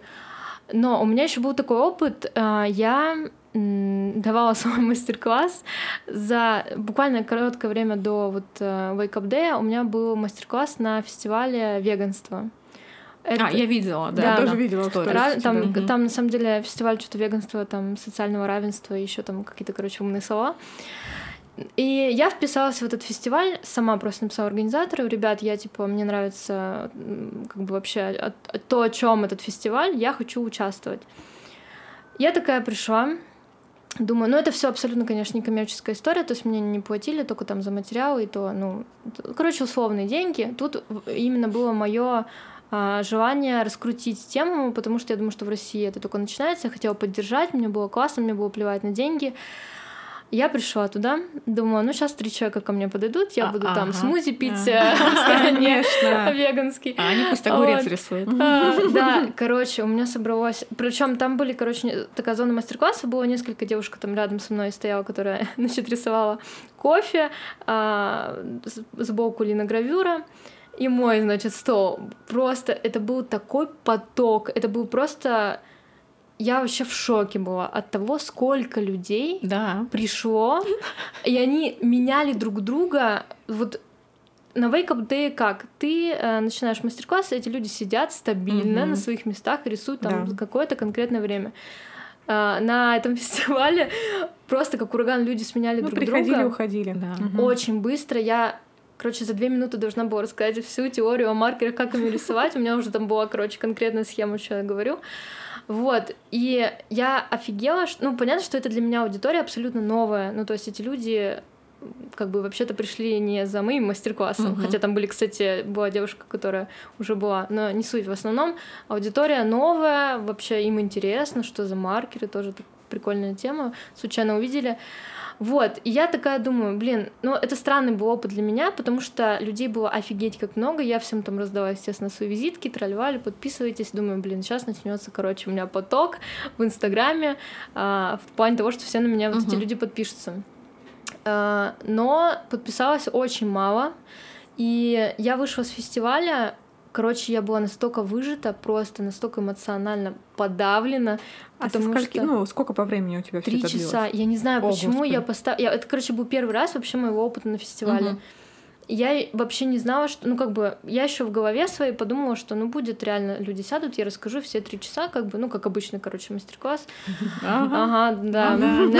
Но у меня еще был такой опыт. Я давала свой мастер-класс за буквально короткое время до вот Wake Up Day. У меня был мастер-класс на фестивале веганства. Это... А, я видела, да. Я да, тоже да. видела. Ра- там, угу. там, на самом деле, фестиваль что-то веганства, там, социального равенства, еще там какие-то, короче, умные слова. И я вписалась в этот фестиваль, сама просто написала организатору: ребят, я типа, мне нравится как бы вообще то, о чем этот фестиваль, я хочу участвовать. Я такая пришла, думаю, ну это все абсолютно, конечно, не коммерческая история, то есть мне не платили только там за материалы и то, ну, короче, условные деньги. Тут именно было мое а, желание раскрутить тему, потому что я думаю, что в России это только начинается, я хотела поддержать, мне было классно, мне было плевать на деньги. Я пришла туда, думаю, ну сейчас три человека ко мне подойдут, я а, буду ага. там смузи пить конечно веганский. А они пусть огурец рисуют. Да, короче, у меня собралось... Причем там были, короче, такая зона мастер-класса, было несколько девушек там рядом со мной стояла, которая, значит, рисовала кофе, сбоку линогравюра. И мой, значит, стол. Просто это был такой поток, это был просто... Я вообще в шоке была от того, сколько людей да. пришло, и они меняли друг друга. Вот на Wake Up Day как? Ты э, начинаешь мастер-класс, эти люди сидят стабильно угу. на своих местах и рисуют там да. какое-то конкретное время. Э, на этом фестивале просто как ураган люди сменяли ну, друг приходили, друга. уходили. Да. Угу. Очень быстро. Я... Короче, за две минуты должна была рассказать всю теорию о маркерах, как ими рисовать. У меня уже там была, короче, конкретная схема, что я говорю. Вот, и я офигела, что, ну, понятно, что это для меня аудитория абсолютно новая, ну, то есть эти люди как бы вообще-то пришли не за моим мастер-классом, uh-huh. хотя там были, кстати, была девушка, которая уже была, но не суть, в основном аудитория новая, вообще им интересно, что за маркеры, тоже прикольная тема, случайно увидели. Вот, и я такая думаю, блин, ну это странный был опыт для меня, потому что людей было офигеть как много, я всем там раздала, естественно, свои визитки, тролливали, подписывайтесь, думаю, блин, сейчас начнется, короче, у меня поток в Инстаграме, а, в плане того, что все на меня, вот uh-huh. эти люди подпишутся. А, но подписалось очень мало, и я вышла с фестиваля. Короче, я была настолько выжата, просто настолько эмоционально подавлена. А скольки, что... ну, сколько по времени у тебя все это длилось? Три часа. Я не знаю, О, почему Господи. я поставила... Это, короче, был первый раз вообще моего опыта на фестивале. Угу. я вообще не знала, что, ну, как бы, я еще в голове своей подумала, что, ну, будет реально, люди сядут, я расскажу все три часа, как бы, ну, как обычный, короче, мастер-класс. Ага, да.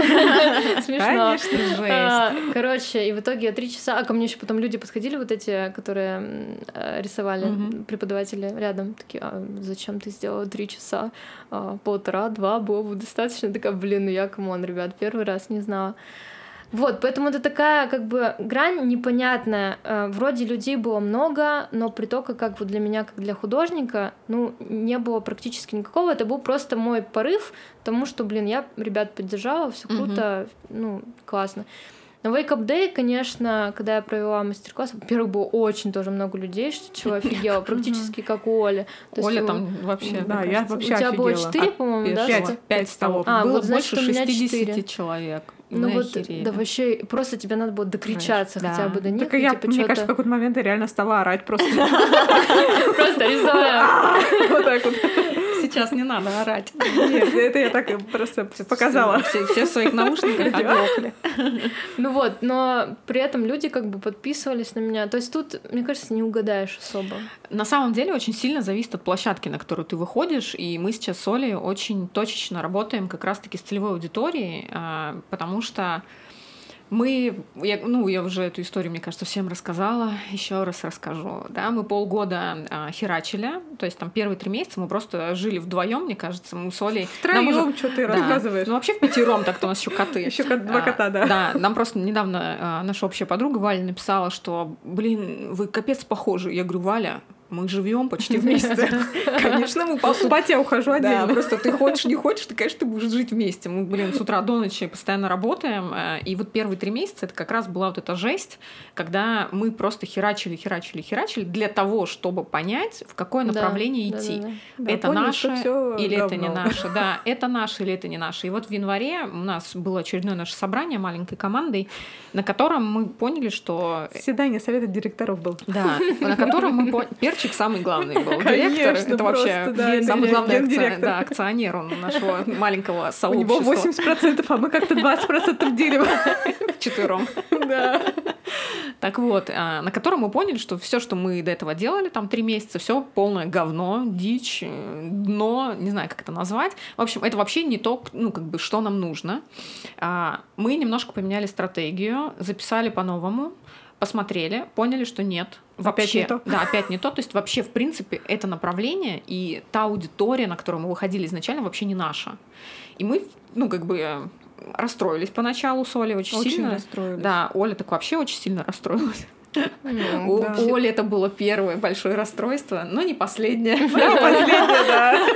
Смешно. Конечно, короче, и в итоге три часа, а ко мне еще потом люди подходили, вот эти, которые рисовали, преподаватели рядом, такие, а зачем ты сделала три часа? Полтора, два было бы достаточно. Такая, блин, ну я, камон, ребят, первый раз не знала. Вот, поэтому это такая, как бы, грань непонятная. Вроде людей было много, но притока, как вот для меня, как для художника, ну, не было практически никакого. Это был просто мой порыв, потому что, блин, я ребят поддержала, все круто, mm-hmm. ну, классно. На Wake Up Day, конечно, когда я провела мастер-класс, во-первых, было очень тоже много людей, что чего офигела, практически как у Оли. Оля там вообще... Да, я вообще офигела. У тебя было четыре, по-моему, да? Пять столов. Было больше шестьдесят человек. Ну вот, да вообще, просто тебе надо было докричаться да. хотя бы до них. Так я, типа, мне кажется, в какой-то момент я реально стала орать просто. Просто рисовая. Вот так вот. Сейчас не надо орать. Нет, это я так просто показала. Все в своих наушниках оглохли. Ну вот, но при этом люди как бы подписывались на меня. То есть тут, мне кажется, не угадаешь особо. На самом деле очень сильно зависит от площадки, на которую ты выходишь. И мы сейчас с Олей очень точечно работаем как раз-таки с целевой аудиторией, потому что мы, я, ну, я уже эту историю, мне кажется, всем рассказала, еще раз расскажу. Да, мы полгода а, херачили, то есть там первые три месяца мы просто жили вдвоем, мне кажется, мы с Олей. Втроем, уже... что ты да, рассказываешь? Ну, вообще в пятером, так-то у нас еще коты. Еще два кота, да. Да, нам просто недавно а, наша общая подруга Валя написала, что, блин, вы капец похожи. Я говорю, Валя, мы живем почти вместе. Конечно, мы по спать я ухожу отдельно. Да, просто ты хочешь, не хочешь, ты, конечно, ты будешь жить вместе. Мы, блин, с утра до ночи постоянно работаем. И вот первые три месяца это как раз была вот эта жесть, когда мы просто херачили, херачили, херачили для того, чтобы понять, в какое направление да, идти. Да, да, да. Это да, наше или говно. Это не наше. Да, это наше или это не наше. И вот в январе у нас было очередное наше собрание маленькой командой, на котором мы поняли, что... Заседание совета директоров был. Да, на котором мы поняли... Перчик самый главный был. Директор — это вообще да, самый главный акционер, да, акционер он нашего маленького сообщества. У него восемьдесят процентов, а мы как-то двадцать процентов делим. Вчетвером. Да. Так вот, на котором мы поняли, что все, что мы до этого делали, там три месяца, все полное говно, дичь, дно, не знаю, как это назвать. В общем, это вообще не то, ну, как бы, что нам нужно. Мы немножко поменяли стратегию, записали по-новому, посмотрели, поняли, что нет. Вообще, опять не то. Да, опять не то. То есть вообще, в принципе, это направление и та аудитория, на которую мы выходили изначально, вообще не наша. И мы, ну, как бы расстроились поначалу с Олей очень, очень сильно. расстроились. Да, Оля так вообще очень сильно расстроилась. Mm, У да. Оли это было первое большое расстройство, но не последнее. Да, последнее, да.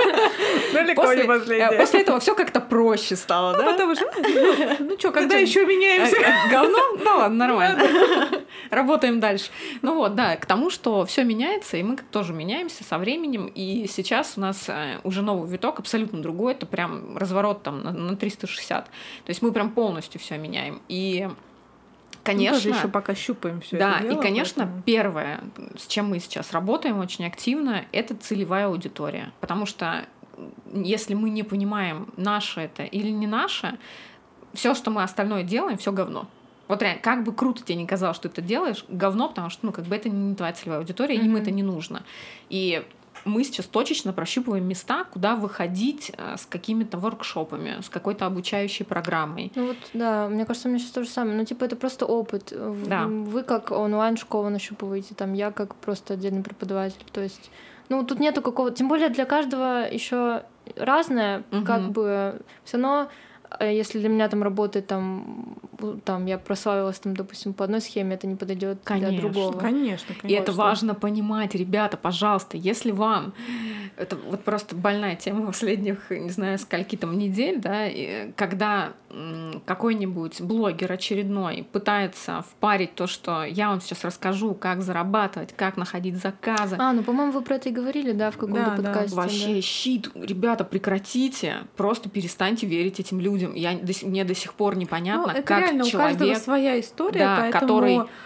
Далеко не последнее. После этого все как-то проще стало, да? Потому что, ну что, когда еще меняемся? Говно? Ну ладно, нормально. Работаем дальше. Ну вот, да, к тому, что все меняется, и мы тоже меняемся со временем. И сейчас у нас уже новый виток, абсолютно другой. Это прям разворот там на триста шестьдесят. То есть мы прям полностью все меняем. И конечно, мы тоже еще пока щупаем все да, это дело, и, конечно, поэтому... первое, с чем мы сейчас работаем очень активно, это целевая аудитория. Потому что если мы не понимаем, наше это или не наше, все, что мы остальное делаем, все говно. Вот реально, как бы круто тебе не казалось, что ты это делаешь, говно, потому что, ну, как бы это не твоя целевая аудитория, mm-hmm. им это не нужно. И мы сейчас точечно прощупываем места, куда выходить с какими-то воркшопами, с какой-то обучающей программой. Ну вот, да, мне кажется, у меня сейчас то же самое. Ну, типа, это просто опыт. Да. Вы как онлайн-школу нащупываете, там, я как просто отдельный преподаватель. То есть, ну, тут нету какого-то... Тем более для каждого еще разное, угу. как бы все равно... Если для меня там работает, там, там я прославилась, там, допустим, по одной схеме, это не подойдет для другого. Конечно, конечно. И это важно понимать, ребята, пожалуйста, если вам... Это вот просто больная тема последних, не знаю, скольки там недель, да, когда какой-нибудь блогер очередной пытается впарить то, что я вам сейчас расскажу, как зарабатывать, как находить заказы. А, ну, по-моему, вы про это и говорили, да, в каком-то да, подкасте. Да. Вообще да. щит. Ребята, прекратите. Просто перестаньте верить этим людям. Я, мне до сих пор непонятно, ну, это как реально, человек... у каждого своя история, да, поэтому который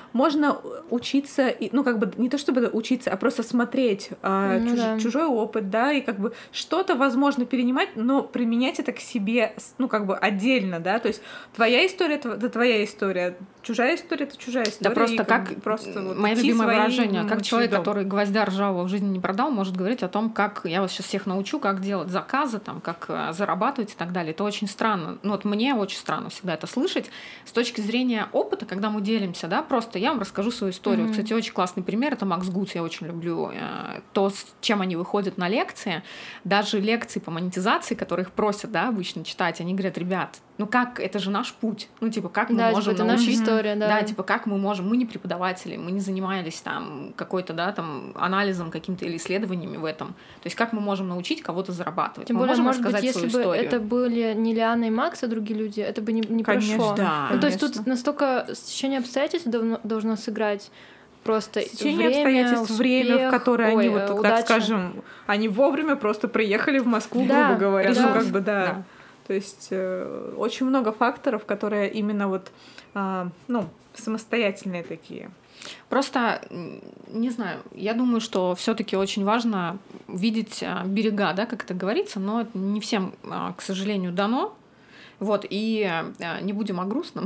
можно учиться, и, ну, как бы не то чтобы учиться, а просто смотреть э, Ну чуж- да. чужой опыт, да, и как бы что-то возможно перенимать, но применять это к себе, с- ну, как бы отдельно, да, то есть твоя история — это это твоя история, чужая история — это чужая история. Да просто и как, бы просто вот мое идти любимое своим выражение, как человек, чередом. который гвоздя ржавого в жизни не продал, может говорить о том, как я вас сейчас всех научу, как делать заказы, там, как э, зарабатывать и так далее. Это очень странно. Ну вот мне очень странно всегда это слышать. С точки зрения опыта, когда мы делимся, да, просто я вам расскажу свою историю. Мгм. Кстати, очень классный пример — это Макс Гуц, я очень люблю э, то, с чем они выходят на лекции. Даже лекции по монетизации, которые их просят, да, обычно читать, они говорят: ребят, ну как, это же наш путь. Ну типа, как мы Да, можем типа, это наша научить... история, да. Да, типа, как мы можем... Мы не преподаватели, мы не занимались там какой-то, да, там анализом каким-то или исследованиями в этом. То есть как мы можем научить кого-то зарабатывать? Тем мы более, можем может быть, рассказать если свою бы историю. это были не Лиана и Макс, а другие люди, это бы не, не Конечно, прошло. да, Ну, то есть конечно. тут настолько стечение обстоятельств давно- должно сыграть. Просто Стечение время, обстоятельств, время, в успех, которое ой, они, вот, э, так удача. скажем, они вовремя просто приехали в Москву, Да, грубо говоря. да. Ну, как бы, да. Да. То есть э, очень много факторов, которые именно вот, а, ну, самостоятельные такие. Просто, м, не знаю, я думаю, что все-таки очень важно видеть а, берега, да, как это говорится, но это не всем, а, к сожалению, дано. Вот, и а, не будем о грустном.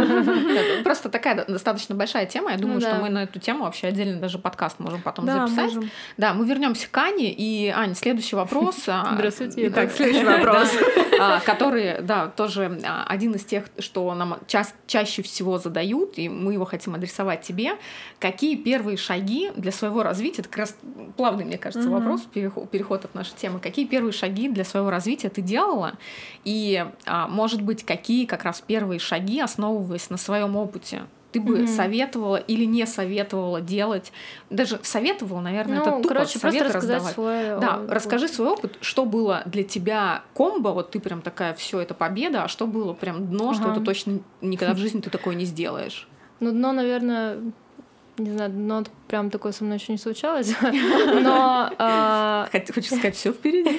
Это просто такая до- достаточно большая тема. Я думаю, Ну что да. мы на эту тему вообще отдельно даже подкаст можем потом Да, записать. можем. Да, мы вернемся к Ане. И, Ань, следующий вопрос. а, Здравствуйте. Итак, следующий вопрос. да, а, который, да, тоже а, один из тех, что нам ча- чаще всего задают, и мы его хотим адресовать тебе. Какие первые шаги для своего развития? Это как раз плавный, мне кажется, Мгм. вопрос, переход, переход от нашей темы. Какие первые шаги для своего развития ты делала? И, а, может быть, какие как раз первые шаги, основываясь на своем опыте, ты бы Мгм. советовала или не советовала делать? Даже советовала, наверное, Ну, это тупо короче, просто советы рассказать раздавать. свой Да, опыт. расскажи свой опыт, что было для тебя комбо, вот ты прям такая, все это победа, а что было прям дно, что Ага. это точно никогда в жизни ты такое не сделаешь. Ну, дно, наверное, не знаю, дно прям такое со мной еще не случалось. Но а, Хот- Хочешь сказать, все впереди?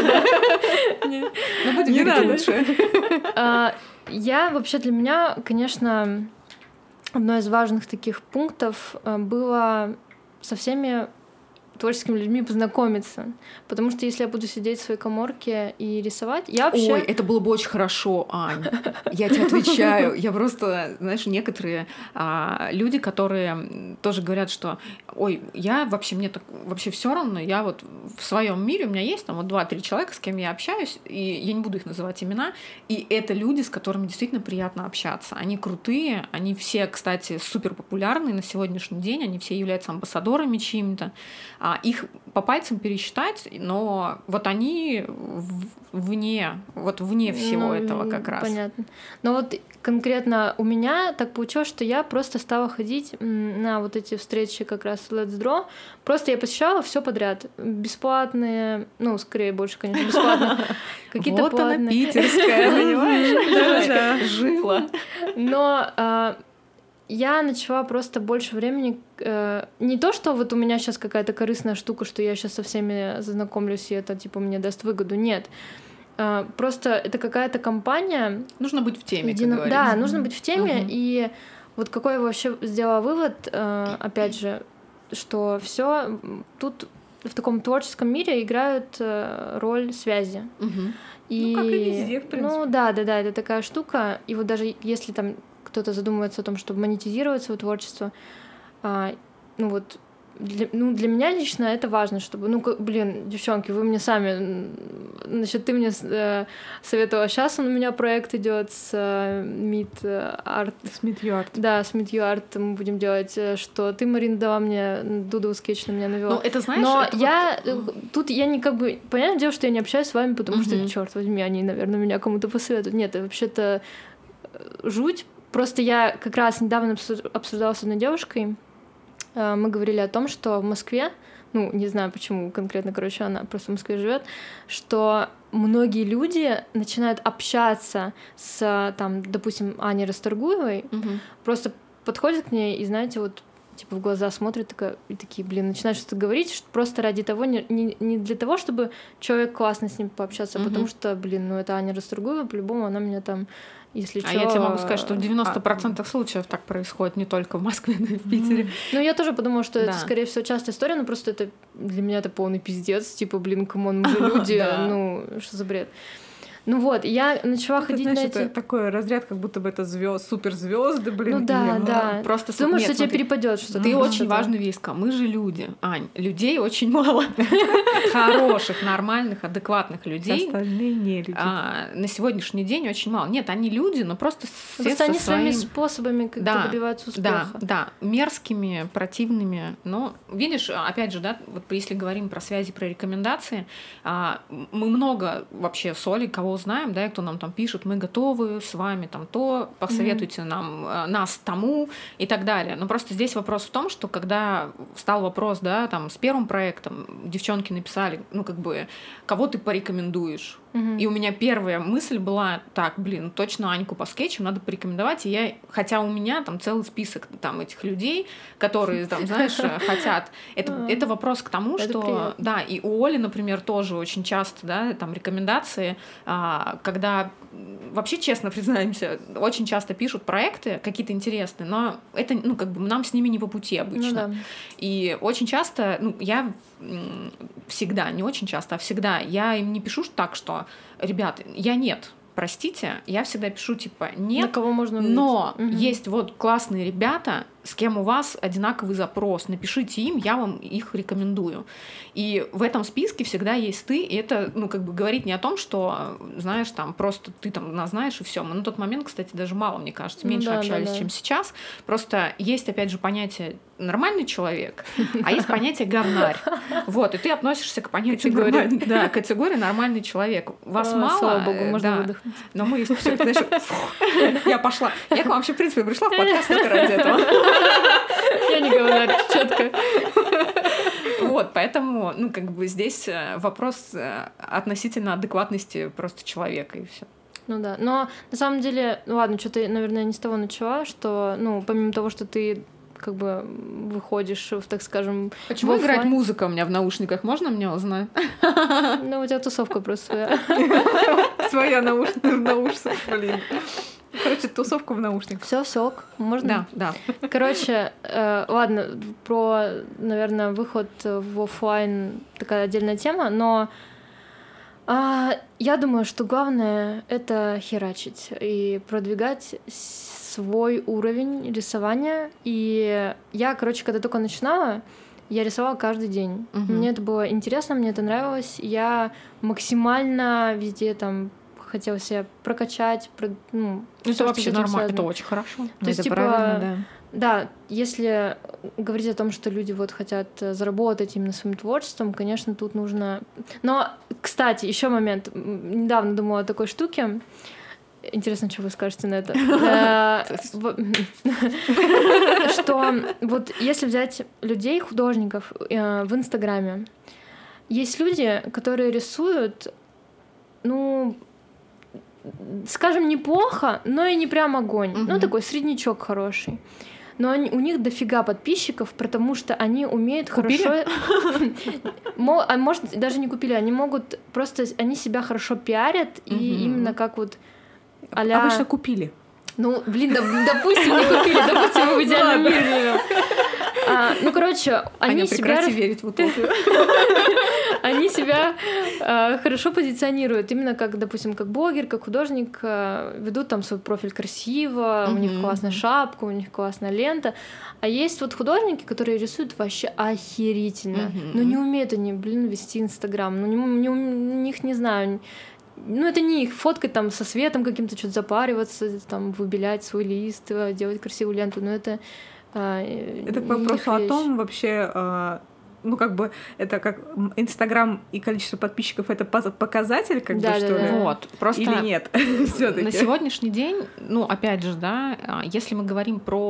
не- Ну, будем Не верить надо. лучше. а, я вообще для меня, конечно, одно из важных таких пунктов а, было со всеми творческими людьми познакомиться. Потому что если я буду сидеть в своей каморке и рисовать, я вообще... Ой, это было бы очень хорошо, Ань. Я тебе отвечаю. Я просто, знаешь, некоторые а, люди, которые тоже говорят, что ой, я вообще, мне так вообще все равно, я вот в своем мире, у меня есть там вот два-три человека, с кем я общаюсь, и я не буду их называть имена, и это люди, с которыми действительно приятно общаться. Они крутые, они все, кстати, супер популярные на сегодняшний день, они все являются амбассадорами чьими-то. А, их по пальцам пересчитать, но вот они в- вне, вот вне всего Ну, этого как раз. Понятно. Но вот конкретно у меня так получилось, что я просто стала ходить м, на вот эти встречи как раз Let's Draw. Просто я посещала все подряд. Бесплатные, ну, скорее больше, конечно, бесплатные. Какие-то Вот она, платные. питерская, понимаешь? Да-да. Жила. Но а, я начала просто больше времени... э, не то, что вот у меня сейчас какая-то корыстная штука, что я сейчас со всеми знакомлюсь, и это, типа, мне даст выгоду. Нет. А, просто это какая-то компания... Нужно быть в теме, как едино- говорится. Да, нужно быть в теме. Мгм. И вот какой я вообще сделала вывод, э, опять же, что все тут в таком творческом мире играют э, роль связи. Мгм. И, Ну, как и везде, в принципе. Ну, да, да, да, это такая штука. И вот даже если там кто-то задумывается о том, чтобы монетизировать свое творчество, а, ну вот, для, ну, для меня лично это важно, чтобы, ну, как- блин, девчонки, вы мне сами, м, значит, ты мне э, советовала, сейчас он у меня проект идет с э, Meet Art, Смит Юарт. да, с Meet You Art мы будем делать, э, что ты, Марина, дала мне Дудовый скетч на меня навела. Ну, это знаешь, Но это я вот, э, тут я не как бы понятное дело, что я не общаюсь с вами, потому что, Мгм. черт возьми, они, наверное, меня кому-то посоветуют. Нет, это вообще-то э, жуть. Просто я как раз недавно обсу- обсуждала с одной девушкой. э, Мы говорили о том, что в Москве, ну, не знаю почему конкретно, короче, она просто в Москве живет, что многие люди начинают общаться с, там, допустим, Аней Расторгуевой, Мгм. просто подходят к ней и, знаете, вот типа в глаза смотрят такая, и такие, блин, начинают что-то говорить, что просто ради того, не, не, не для того, чтобы человек классно с ним пообщаться, mm-hmm. а потому что, блин, ну это Аня Расторгуева, по-любому она меня там, если а чё... я тебе могу сказать, что в девяносто процентов а... случаев так происходит, не только в Москве, но и в Питере. Mm-hmm. Ну я тоже подумала, что да. это, скорее всего, частая история, но просто это для меня это полный пиздец, типа, блин, камон, мы же люди, ну, что за бред. Ну вот, я начала это, ходить знаешь, на эти... это такой разряд, как будто бы это звезд, суперзвезды, блин. Ну да, и... да. Просто думаешь, нет, что смотри, тебе перепадет что-то. Ты mm-hmm. очень что-то. важная вещь. Мы же люди, Ань. Людей очень мало. Хороших, нормальных, адекватных людей. Остальные не люди. А, на сегодняшний день очень мало. Нет, они люди, но просто все просто со они своим... своими способами как-то да, добиваются успеха. Да, да. Мерзкими, противными. Но, видишь, опять же, да, вот если говорим про связи, про рекомендации, мы много вообще с Олей, кого знаем, да, и кто нам там пишет, мы готовы с вами там то, посоветуйте mm-hmm. нам, нас тому и так далее. Но просто здесь вопрос в том, что когда встал вопрос, да, там, с первым проектом, девчонки написали, ну, как бы, кого ты порекомендуешь? Mm-hmm. И у меня первая мысль была, так, блин, точно Аньку по скетчам надо порекомендовать, и я, хотя у меня там целый список там этих людей, которые, там, знаешь, хотят. Это, это вопрос к тому, что, да, и у Оли, например, тоже очень часто, да, там, рекомендации, когда вообще, честно признаемся, очень часто пишут проекты какие-то интересные, но это, ну, как бы нам с ними не по пути обычно. Ну, да. И очень часто, ну, я всегда, не очень часто, а всегда, я им не пишу так, что, ребят, я нет, простите, я всегда пишу, типа, нет, на кого можно но угу. есть вот классные ребята, с кем у вас одинаковый запрос, напишите им, я вам их рекомендую. И в этом списке всегда есть ты, и это, ну, как бы говорит не о том, что, знаешь, там, просто ты там нас знаешь, и все. Мы на тот момент, кстати, даже мало, мне кажется, меньше ну, да, общались, да, да. чем сейчас. Просто есть, опять же, понятие нормальный человек, а есть понятие говнарь. Вот, и ты относишься к понятию нормальный, да, категории нормальный человек. Вас а, мало, слава богу, можно да, выдохнуть. Но мы, если все, знаешь, я пошла. Я к вам вообще, в принципе, пришла в подкаст только ради этого. Я не говнарь, четко. Вот, поэтому, ну, как бы здесь вопрос относительно адекватности просто человека, и все. Ну да, но на самом деле, ну ладно, что ты, наверное, не с того начала, что, ну, помимо того, что ты как бы выходишь, в, так скажем... Почему в играть музыка у меня в наушниках? Можно мне узнать? Ну, у тебя тусовка просто своя. Своя наушница, блин. Короче, тусовка в наушниках. Все, сок, можно? Да, да. Короче, э, ладно, про, наверное, выход в офлайн такая отдельная тема, но э, я думаю, что главное — это херачить и продвигать свой уровень рисования. И я, короче, когда только начинала, я рисовала каждый день. Угу. Мне это было интересно, мне это нравилось. Я максимально везде там хотела себя прокачать. Про, ну, это вообще нормально, это очень хорошо. То это есть, типа, правильно, да. Да, если говорить о том, что люди вот хотят заработать именно своим творчеством, конечно, тут нужно... Но, кстати, еще момент. Недавно думала о такой штуке. Интересно, что вы скажете на это. Что вот если взять людей, художников в Инстаграме, есть люди, которые рисуют, ну, скажем, неплохо, но и не прям огонь. Ну, такой среднячок хороший. Но они, у них дофига подписчиков, потому что они умеют купили? хорошо... А может, даже не купили, они могут просто... Они себя хорошо пиарят, и именно как вот а-ля... Обычно купили. Ну, блин, да, допустим, не купили, допустим, в идеальном мире. А, ну, короче, они Аня, себя... прекрати верить в утопию. Они себя э, хорошо позиционируют, именно как, допустим, как блогер, как художник, э, ведут там свой профиль красиво, mm-hmm. у них классная шапка, у них классная лента. А есть вот художники, которые рисуют вообще охерительно, mm-hmm. но не умеют они, блин, вести Инстаграм, ну, не, не, у них, не знаю... Ну, это не их фоткать там со светом каким-то, что-то запариваться, там, выбелять свой лист, делать красивую ленту, но это... Э, это к вопросу о том, вообще... Э... Ну, как бы, это как Инстаграм и количество подписчиков — это показатель, как да, бы, да, что да. ли? Вот. Просто или нет? На сегодняшний день, ну, опять же, да, если мы говорим про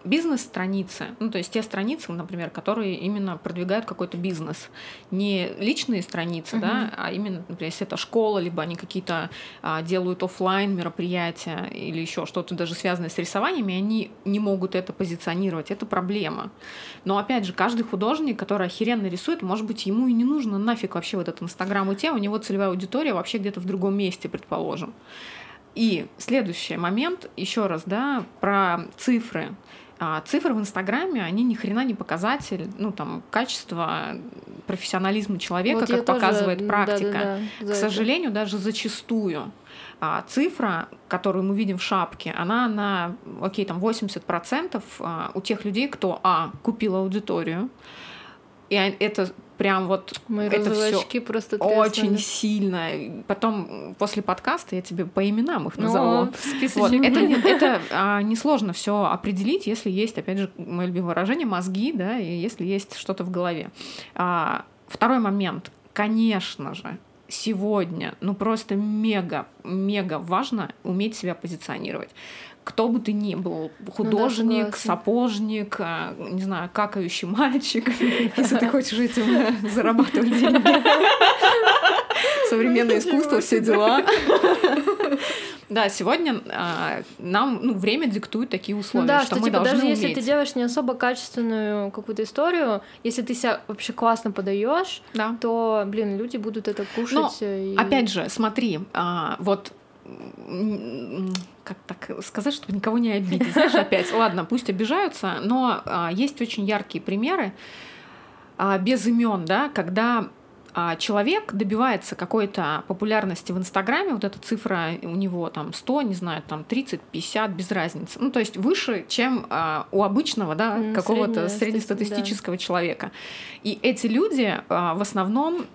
бизнес-страницы, ну, то есть те страницы, например, которые именно продвигают какой-то бизнес, не личные страницы, mm-hmm. да, а именно, например, если это школа, либо они какие-то а, делают офлайн мероприятия или еще что-то даже связанное с рисованиями, они не могут это позиционировать, это проблема. Но опять же, каждый художник, который охеренно рисует, может быть, ему и не нужно нафиг вообще вот этот Инстаграм и те, у него целевая аудитория вообще где-то в другом месте, предположим. И следующий момент, еще раз, да, про цифры. А цифры в Инстаграме, они ни хрена не показатель, ну, там, качества, профессионализма человека, вот как показывает тоже, практика. Да, да, да, К сожалению, это. даже зачастую а, цифра, которую мы видим в шапке, она на, окей, там, восемьдесят процентов а, у тех людей, кто, а, купил аудиторию, и это прям вот Мои это все просто очень сильно. Потом после подкаста я тебе по именам их назову. Вот. Это, не, это а, несложно все определить, если есть, опять же, мое любимое выражение, мозги, да, и если есть что-то в голове. А, второй момент. Конечно же, сегодня, ну просто мега-мега важно уметь себя позиционировать. Кто бы ты ни был, художник, ну, да, сапожник, не знаю, какающий мальчик, если ты хочешь этим зарабатывать деньги. Современное искусство, все дела. Да, сегодня а, нам ну, время диктует такие условия, ну да, что, что мы типа, должны даже уметь. если ты делаешь не особо качественную какую-то историю, если ты себя вообще классно подаешь, да. то, блин, люди будут это кушать. Но, и... опять же, смотри, а, вот как так сказать, чтобы никого не обидеть. Знаешь, опять, ладно, пусть обижаются, но а, есть очень яркие примеры а, без имен, да, когда а, человек добивается какой-то популярности в Инстаграме, вот эта цифра у него там сто, не знаю, там тридцать, пятьдесят, без разницы. Ну, то есть выше, чем а, у обычного, да, mm, какого-то среднестатистического да. человека. И эти люди а, в основном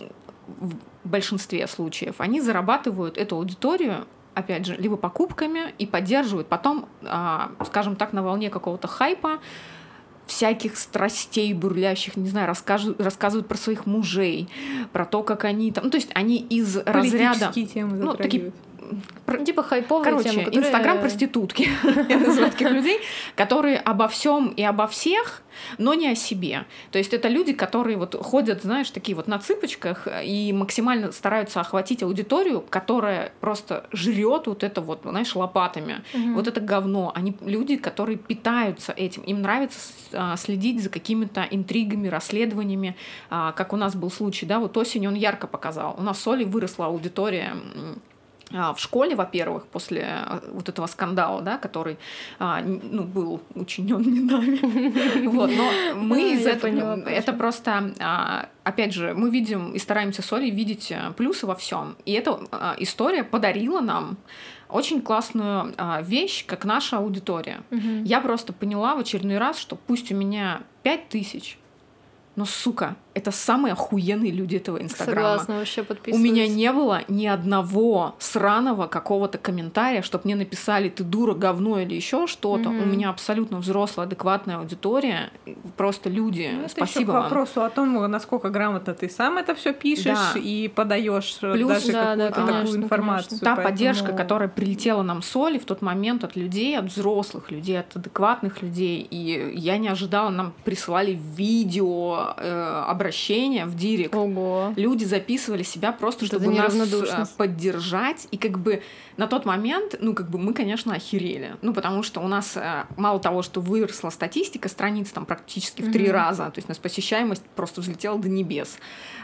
в большинстве случаев они зарабатывают эту аудиторию, опять же, либо покупками и поддерживают потом, а, скажем так, на волне какого-то хайпа, всяких страстей бурлящих, не знаю, рассказывают, рассказывают про своих мужей, про то, как они там... Ну, то есть они из разряда... темы ну, такие, про, типа хайповые короче, темы, которые... инстаграм-проститутки, я называю таких людей, которые обо всем и обо всех, но не о себе. То есть это люди, которые вот ходят, знаешь, такие вот на цыпочках и максимально стараются охватить аудиторию, которая просто жрет вот это вот, знаешь, лопатами. Угу. Вот это говно. Они люди, которые питаются этим. Им нравится следить за какими-то интригами, расследованиями, как у нас был случай, да, вот осенью он ярко показал. У нас с Олей выросла аудитория в школе, во-первых, после вот этого скандала, да, который ну, был учинен не нами. Вот, но мы из этого... Это просто... Опять же, мы видим и стараемся с Олей видеть плюсы во всем. И эта история подарила нам очень классную вещь, как наша аудитория. Угу. Я просто поняла в очередной раз, что пусть у меня пять тысяч, но, сука, это самые охуенные люди этого Инстаграма. Согласна, вообще подписываюсь. У меня не было ни одного сраного какого-то комментария, чтобы мне написали «ты дура, говно» или еще что-то. Mm-hmm. У меня абсолютно взрослая, адекватная аудитория. Просто люди. Ну, это спасибо к вам. вопросу о том, насколько грамотно ты сам это все пишешь да. и подаешь Плюс, даже да, какую-то да, такую конечно, информацию. Конечно. Та поэтому... поддержка, которая прилетела нам с Олей в тот момент от людей, от взрослых людей, от адекватных людей. И я не ожидала, нам присылали видео, э, обращения в директ. Ого. Люди записывали себя просто, Это чтобы нас поддержать. И как бы на тот момент, ну, как бы мы, конечно, охерели. Ну, потому что у нас мало того, что выросла статистика страниц там практически в три mm-hmm. раза, то есть у нас посещаемость просто взлетела до небес.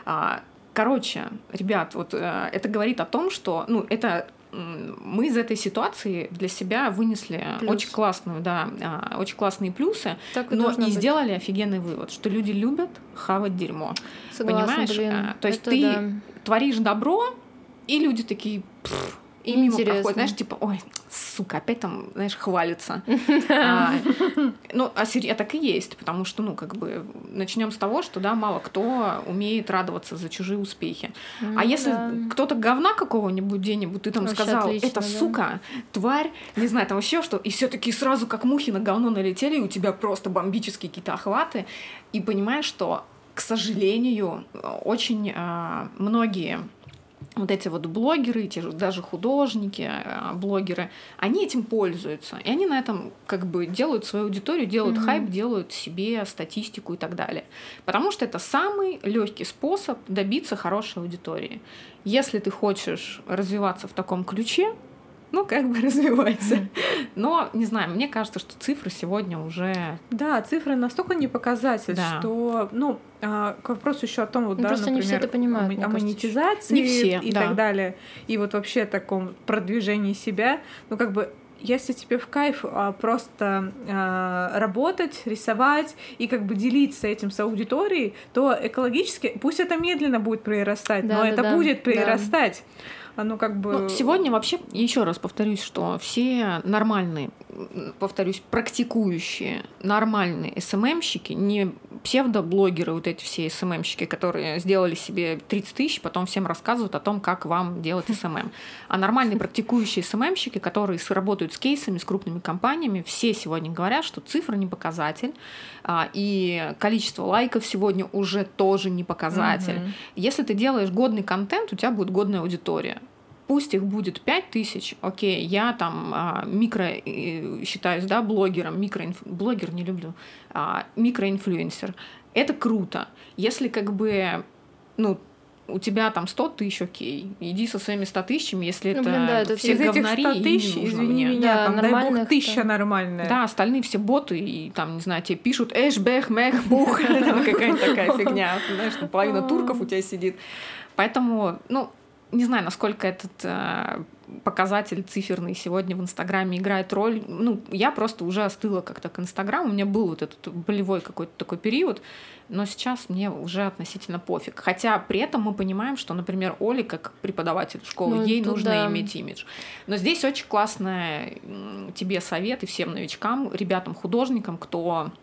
Короче, ребят, вот это говорит о том, что, ну, это мы из этой ситуации для себя вынесли Плюс. очень классную, да, очень классные плюсы, так и но и быть. сделали офигенный вывод, что люди любят хавать дерьмо. Согласна, понимаешь? Блин, То есть это ты да. творишь добро, и люди такие... И мимо проходят, знаешь, типа, ой, сука, опять там, знаешь, хвалится. а, ну, а серьезно, так и есть, потому что, ну, как бы, начнем с того, что, да, мало кто умеет радоваться за чужие успехи. Mm, а если да. кто-то говна какого-нибудь где-нибудь, ты там вообще сказал, отлично, это, да? сука, тварь, не знаю, там еще что, и все таки сразу как мухи на говно налетели, и у тебя просто бомбические какие-то охваты, и понимаешь, что, к сожалению, очень а, многие вот эти вот блогеры, те же даже художники, блогеры, они этим пользуются. И они на этом как бы делают свою аудиторию, делают mm-hmm. хайп, делают себе статистику и так далее. Потому что это самый легкий способ добиться хорошей аудитории. Если ты хочешь развиваться в таком ключе, ну, как бы развивайся. Но, не знаю, мне кажется, что цифры сегодня уже... Да, цифры настолько не показатель, да. что, ну, к вопросу еще о том, вот, ну, да, просто например, не все это понимают, о монетизации не все, и да. так далее, и вот вообще таком продвижении себя, ну, как бы, если тебе в кайф а, просто а, работать, рисовать и как бы делиться этим с аудиторией, то экологически, пусть это медленно будет прирастать, да, но да, это да, будет прирастать. Да. Оно как бы... Ну, сегодня вообще, еще раз повторюсь, что все нормальные, повторюсь, практикующие нормальные эс эм эм-щики, не псевдоблогеры, вот эти все эс эм эм-щики, которые сделали себе тридцать тысяч, потом всем рассказывают о том, как вам делать эс эм эм. А нормальные практикующие эс эм эм-щики, которые работают с кейсами, с крупными компаниями, все сегодня говорят, что цифра не показатель, и количество лайков сегодня уже тоже не показатель. Mm-hmm. Если ты делаешь годный контент, у тебя будет годная аудитория. Пусть их будет пять тысяч, окей, я там а, микро, считаюсь, да, блогером, микроинф... блогер не люблю, а, микроинфлюенсер. Это круто. Если как бы, ну, у тебя там сто тысяч, окей, иди со своими ста тысячами, если ну, это, блин, да, это все говнари, ста тысяч, извини мне. меня, да, там, дай бог, тысяча нормальная. Да, остальные все боты, и там, не знаю, тебе пишут эш, бэх, мэх, бух, какая-то такая фигня, знаешь, половина турков у тебя сидит. Поэтому, ну, не знаю, насколько этот э, показатель циферный сегодня в Инстаграме играет роль. Ну, я просто уже остыла как-то к Инстаграму. У меня был вот этот болевой какой-то такой период, но сейчас мне уже относительно пофиг. Хотя при этом мы понимаем, что, например, Оле, как преподаватель школы, ну, ей нужно да. иметь имидж. Но здесь очень классный тебе совет и всем новичкам, ребятам-художникам, кто...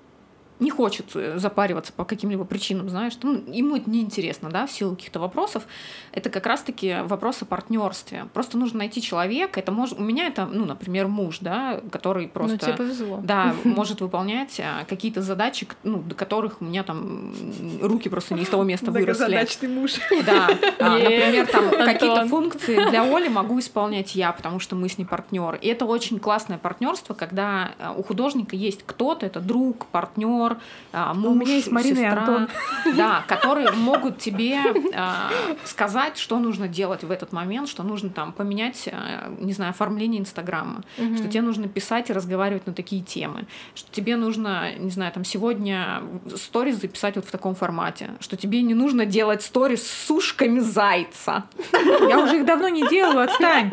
не хочет запариваться по каким-либо причинам, знаешь, ну, ему это неинтересно, да, в силу каких-то вопросов. Это как раз-таки вопрос о партнерстве. Просто нужно найти человека. Это может... У меня это, ну, например, муж, да, который просто... Ну, тебе повезло. Да, может выполнять какие-то задачи, ну, до которых у меня там руки просто не из того места выросли. Многозадачный муж. Да. Например, там какие-то функции для Оли могу исполнять я, потому что мы с ней партнеры. И это очень классное партнерство, когда у художника есть кто-то, это друг, партнер, муж, у меня есть Марина сестра, и Антон. да, которые могут тебе а, сказать, что нужно делать в этот момент, что нужно там поменять, а, не знаю, оформление Инстаграма, угу. что тебе нужно писать и разговаривать на такие темы, что тебе нужно, не знаю, там сегодня сторис записать вот в таком формате, что тебе не нужно делать сторис с ушками зайца. Я уже их давно не делаю, отстань.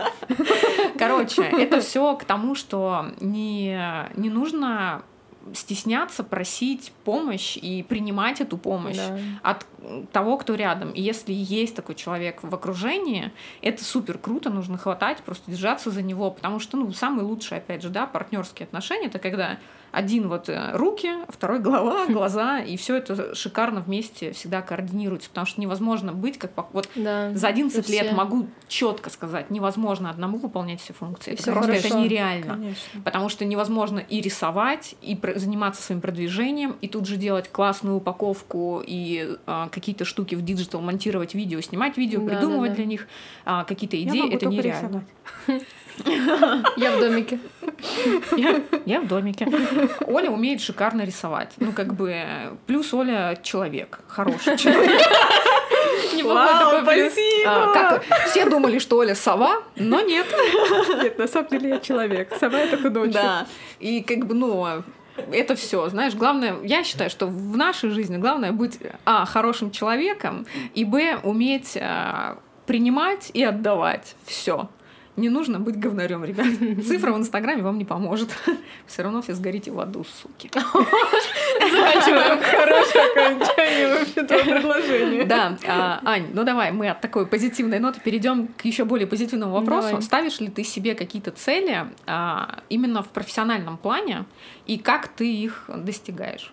Короче, это все к тому, что не, не нужно стесняться просить помощь и принимать эту помощь да. от того, кто рядом. И если есть такой человек в окружении, это супер круто, нужно хватать, просто держаться за него, потому что, ну, самые лучшие, опять же, да, партнерские отношения — это когда один вот руки, второй голова, глаза, и все это шикарно вместе всегда координируется, потому что невозможно быть как вот да, за одиннадцать лет все. Могу четко сказать, невозможно одному выполнять все функции, это просто это нереально, конечно. Потому что невозможно и рисовать, и заниматься своим продвижением, и тут же делать классную упаковку и а, какие-то штуки в диджитал, монтировать видео, снимать видео, да, придумывать да, да. для них а, какие-то идеи, это нереально. Я в домике. Я, я в домике. Оля умеет шикарно рисовать. Ну, как бы, плюс Оля человек, хороший человек. Вау, спасибо! А, как, все думали, что Оля сова, но нет. Нет, на самом деле я человек. Сова я только ночью. Да. И как бы, ну, это все, знаешь, главное, я считаю, что в нашей жизни главное быть, а, хорошим человеком, и, б, уметь а, принимать и отдавать. Все. Не нужно быть говнарем, ребят. Цифра в Инстаграме вам не поможет. Все равно все сгорите в аду, суки. Значит, хорошее окончание вообще твоего предложения. Да, а, Ань, ну давай мы от такой позитивной ноты перейдем к еще более позитивному вопросу. Давай. Ставишь ли ты себе какие-то цели а, именно в профессиональном плане, и как ты их достигаешь?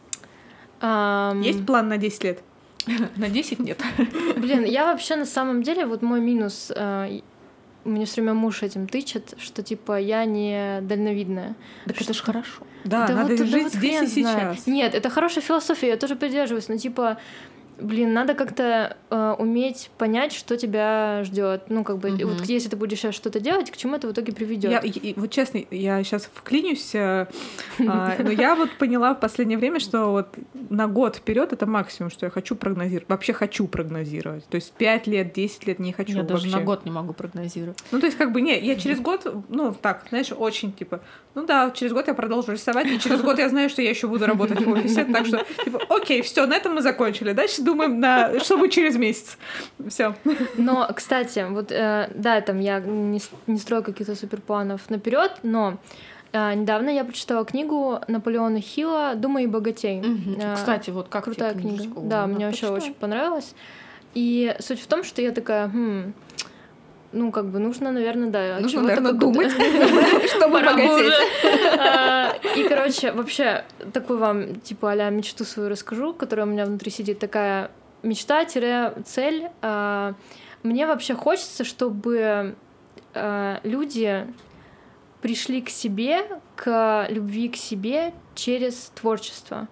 Um... Есть план на десять лет? На десять нет. Блин, я вообще на самом деле, вот мой минус... Мне все время муж этим тычет, что типа я не дальновидная. Так что... это ж хорошо. Да, да надо вот, жить да вот здесь и сейчас. Знает. Нет, это хорошая философия, я тоже придерживаюсь, но типа блин, надо как-то э, уметь понять, что тебя ждет. Ну, как бы, Мгм. вот если ты будешь сейчас что-то делать, к чему это в итоге приведет. Я, и- вот честно, я сейчас вклинюсь, э, а, но я вот поняла в последнее время, что вот на год вперед это максимум, что я хочу прогнозировать. Вообще хочу прогнозировать. То есть пять лет, десять лет не хочу Я даже вообще. на год не могу прогнозировать. Ну, то есть, как бы, не, я через год, ну, так, знаешь, очень, типа, ну да, через год я продолжу рисовать, и через год я знаю, что я еще буду работать в офисе, так что, типа, окей, все, на этом мы закончили, дальше думаем, на, что будет через месяц. Все. Но, кстати, вот, э, да, там я не, с- не строю каких-то суперпланов наперед, но э, недавно я прочитала книгу Наполеона Хилла «Думай и богатей». Э, Кстати, вот как крутая тебе книга. книжечка? Да, Надо мне вообще почитать. очень понравилось. И суть в том, что я такая, хм, ну, как бы нужно, наверное, да. Нужно, чего-то наверное, какую-то- думать, чтобы Пора бы богатеть. уже. А, И, короче, вообще, такую вам, типа, а-ля мечту свою расскажу, которая у меня внутри сидит, такая мечта-цель. А, Мне вообще хочется, чтобы а, люди пришли к себе, к любви к себе через творчество.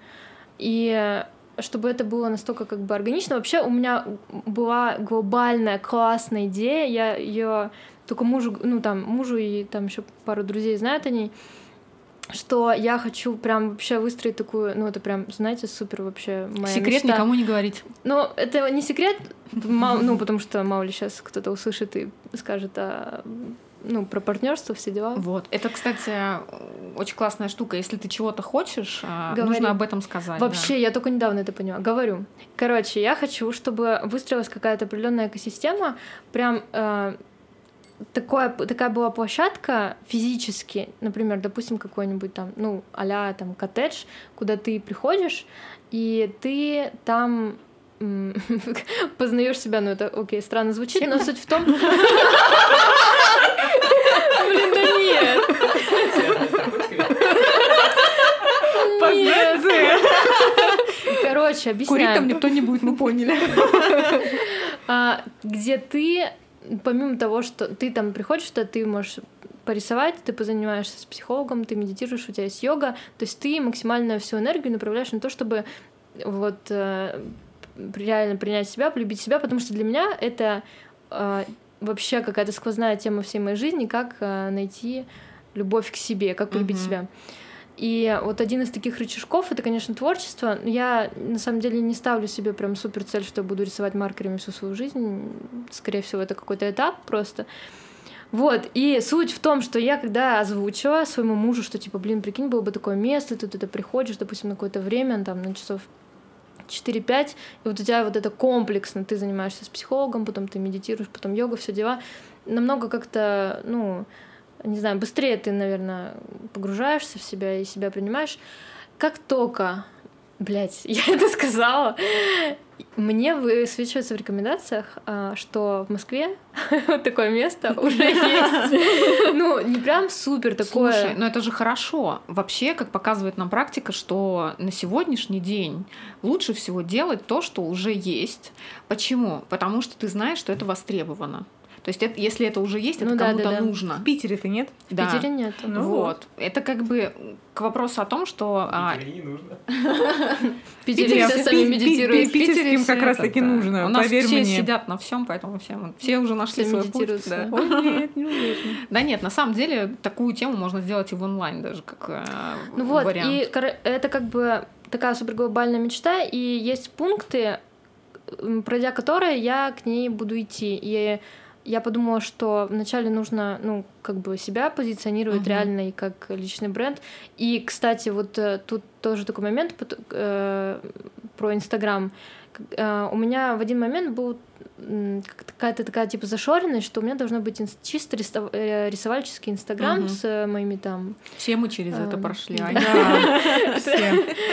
И чтобы это было настолько как бы органично. Вообще у меня была глобальная классная идея, я ее только мужу, ну там мужу и там еще пару друзей знают о ней, что я хочу прям вообще выстроить такую, ну это прям, знаете, супер вообще моя Секрет мечта. никому не говорить. Ну, это не секрет, мало- ну, потому что мало ли сейчас кто-то услышит и скажет, а, ну, про партнерство, все дела. Вот. Это, кстати, очень классная штука. Если ты чего-то хочешь, а, Говори. нужно об этом сказать. Вообще, я только недавно это поняла. Говорю. Короче, я хочу, чтобы выстроилась какая-то определенная экосистема, прям э, такое, такая была площадка физически, например, допустим, какой-нибудь там, ну, а-ля там коттедж, куда ты приходишь, и ты там м, познаешь себя, ну это, окей, странно звучит, но суть в том... Блин, да нет! Нет. Короче, Курить объясняю. там никто не будет, мы поняли. А, где ты, помимо того, что ты там приходишь, что ты можешь порисовать, ты позанимаешься с психологом, ты медитируешь, у тебя есть йога, то есть ты максимально всю энергию направляешь на то, чтобы вот э, реально принять себя, полюбить себя, потому что для меня это э, вообще какая-то сквозная тема всей моей жизни, как э, найти любовь к себе, как полюбить Мгм. себя. И вот один из таких рычажков — это, конечно, творчество. Я, на самом деле, не ставлю себе прям супер цель, что я буду рисовать маркерами всю свою жизнь. Скорее всего, это какой-то этап просто. Вот, и суть в том, что я когда озвучила своему мужу, что типа, блин, прикинь, было бы такое место, ты туда приходишь, допустим, на какое-то время, там, на часов четыре-пять, и вот у тебя вот это комплексно, ты занимаешься с психологом, потом ты медитируешь, потом йога, все дела, намного как-то, ну, не знаю, быстрее ты, наверное, погружаешься в себя и себя принимаешь. Как только, блядь, я это сказала, мне высвечивается в рекомендациях, а, что в Москве вот такое место уже есть. Ну, не прям супер такое. Слушай, но это же хорошо. Вообще, как показывает нам практика, что на сегодняшний день лучше всего делать то, что уже есть. Почему? Потому что ты знаешь, что это востребовано. То есть, это, если это уже есть, это Ну да, кому-то да, да. нужно. В Питере-то нет? В Да. Питере нет. Ну вот. Это как бы к вопросу о том, что а, Питере не нужно. В Питере Питере- все пи- сами пи- медитируют. пи- питерским все как раз таки это, да. нужно, У нас поверь все мне. сидят на всем, поэтому все, все уже нашли Все свой путь. медитируют, Да. да. Ой, нет, не уверена. Да нет, на самом деле такую тему можно сделать и в онлайн даже как э, Ну вот, вариант. и кор- это как бы такая суперглобальная мечта, и есть пункты, м, пройдя которые я к ней буду идти. И я подумала, что вначале нужно, ну, как бы себя позиционировать Мгм. реально и как личный бренд. И, кстати, вот э, тут тоже такой момент пот- э, про Инстаграм. К- э, У меня в один момент был м, как- какая-то такая типа зашоренность, что у меня должно быть инс- чисто рисов- э, рисовальческий Инстаграм Мгм. с э, моими там. Все мы через это Эм, прошли. да. Аня. Да, все.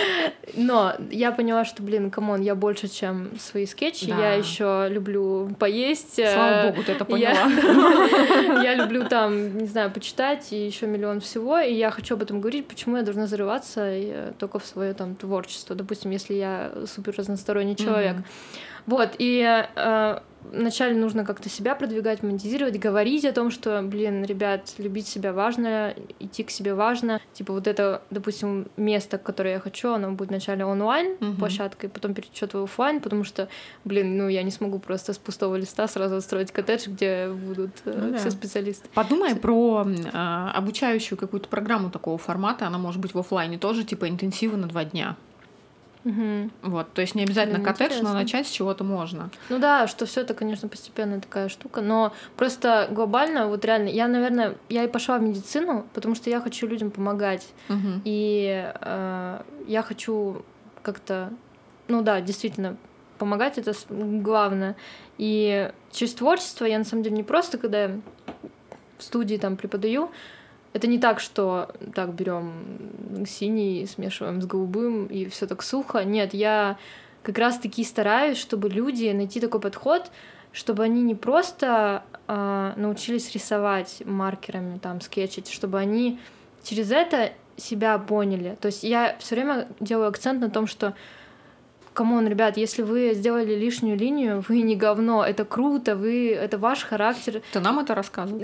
Но я поняла, что, блин, камон, я больше, чем свои скетчи. Да. Я еще люблю поесть. Слава э, богу, ты это Я, поняла. я люблю там, не знаю, почитать и еще миллион всего. И я хочу об этом говорить, почему я должна зарываться э, только в свое там творчество. Допустим, если я супер разносторонний человек. Мгм. Вот, и э, вначале нужно как-то себя продвигать, монетизировать, говорить о том, что, блин, ребят, любить себя важно, идти к себе важно. Типа вот это, допустим, место, которое я хочу, оно будет вначале онлайн Мгм. площадкой, потом перетечет в офлайн, потому что, блин, ну я не смогу просто с пустого листа сразу строить коттедж, где будут э, Ну да. все специалисты. Подумай про э, обучающую какую-то программу такого формата. Она может быть в оффлайне тоже, типа интенсивы на два дня. Мгм. Вот, то есть не обязательно Блин, коттедж, но интересно. начать с чего-то можно. Ну да, что все это, конечно, постепенная такая штука, но просто глобально, вот реально, я, наверное, я и пошла в медицину, потому что я хочу людям помогать, Мгм. и э, я хочу как-то, ну да, действительно, помогать это с- главное. И через творчество я на самом деле не просто, когда я в студии там преподаю, это не так, что так берем синий, смешиваем с голубым и все так сухо. Нет, я как раз-таки стараюсь, чтобы люди найти такой подход, чтобы они не просто а, научились рисовать маркерами, там, скетчить, чтобы они через это себя поняли. То есть я все время делаю акцент на том, что камон, ребят, если вы сделали лишнюю линию, вы не говно, это круто, вы, это ваш характер. Ты нам это рассказывал?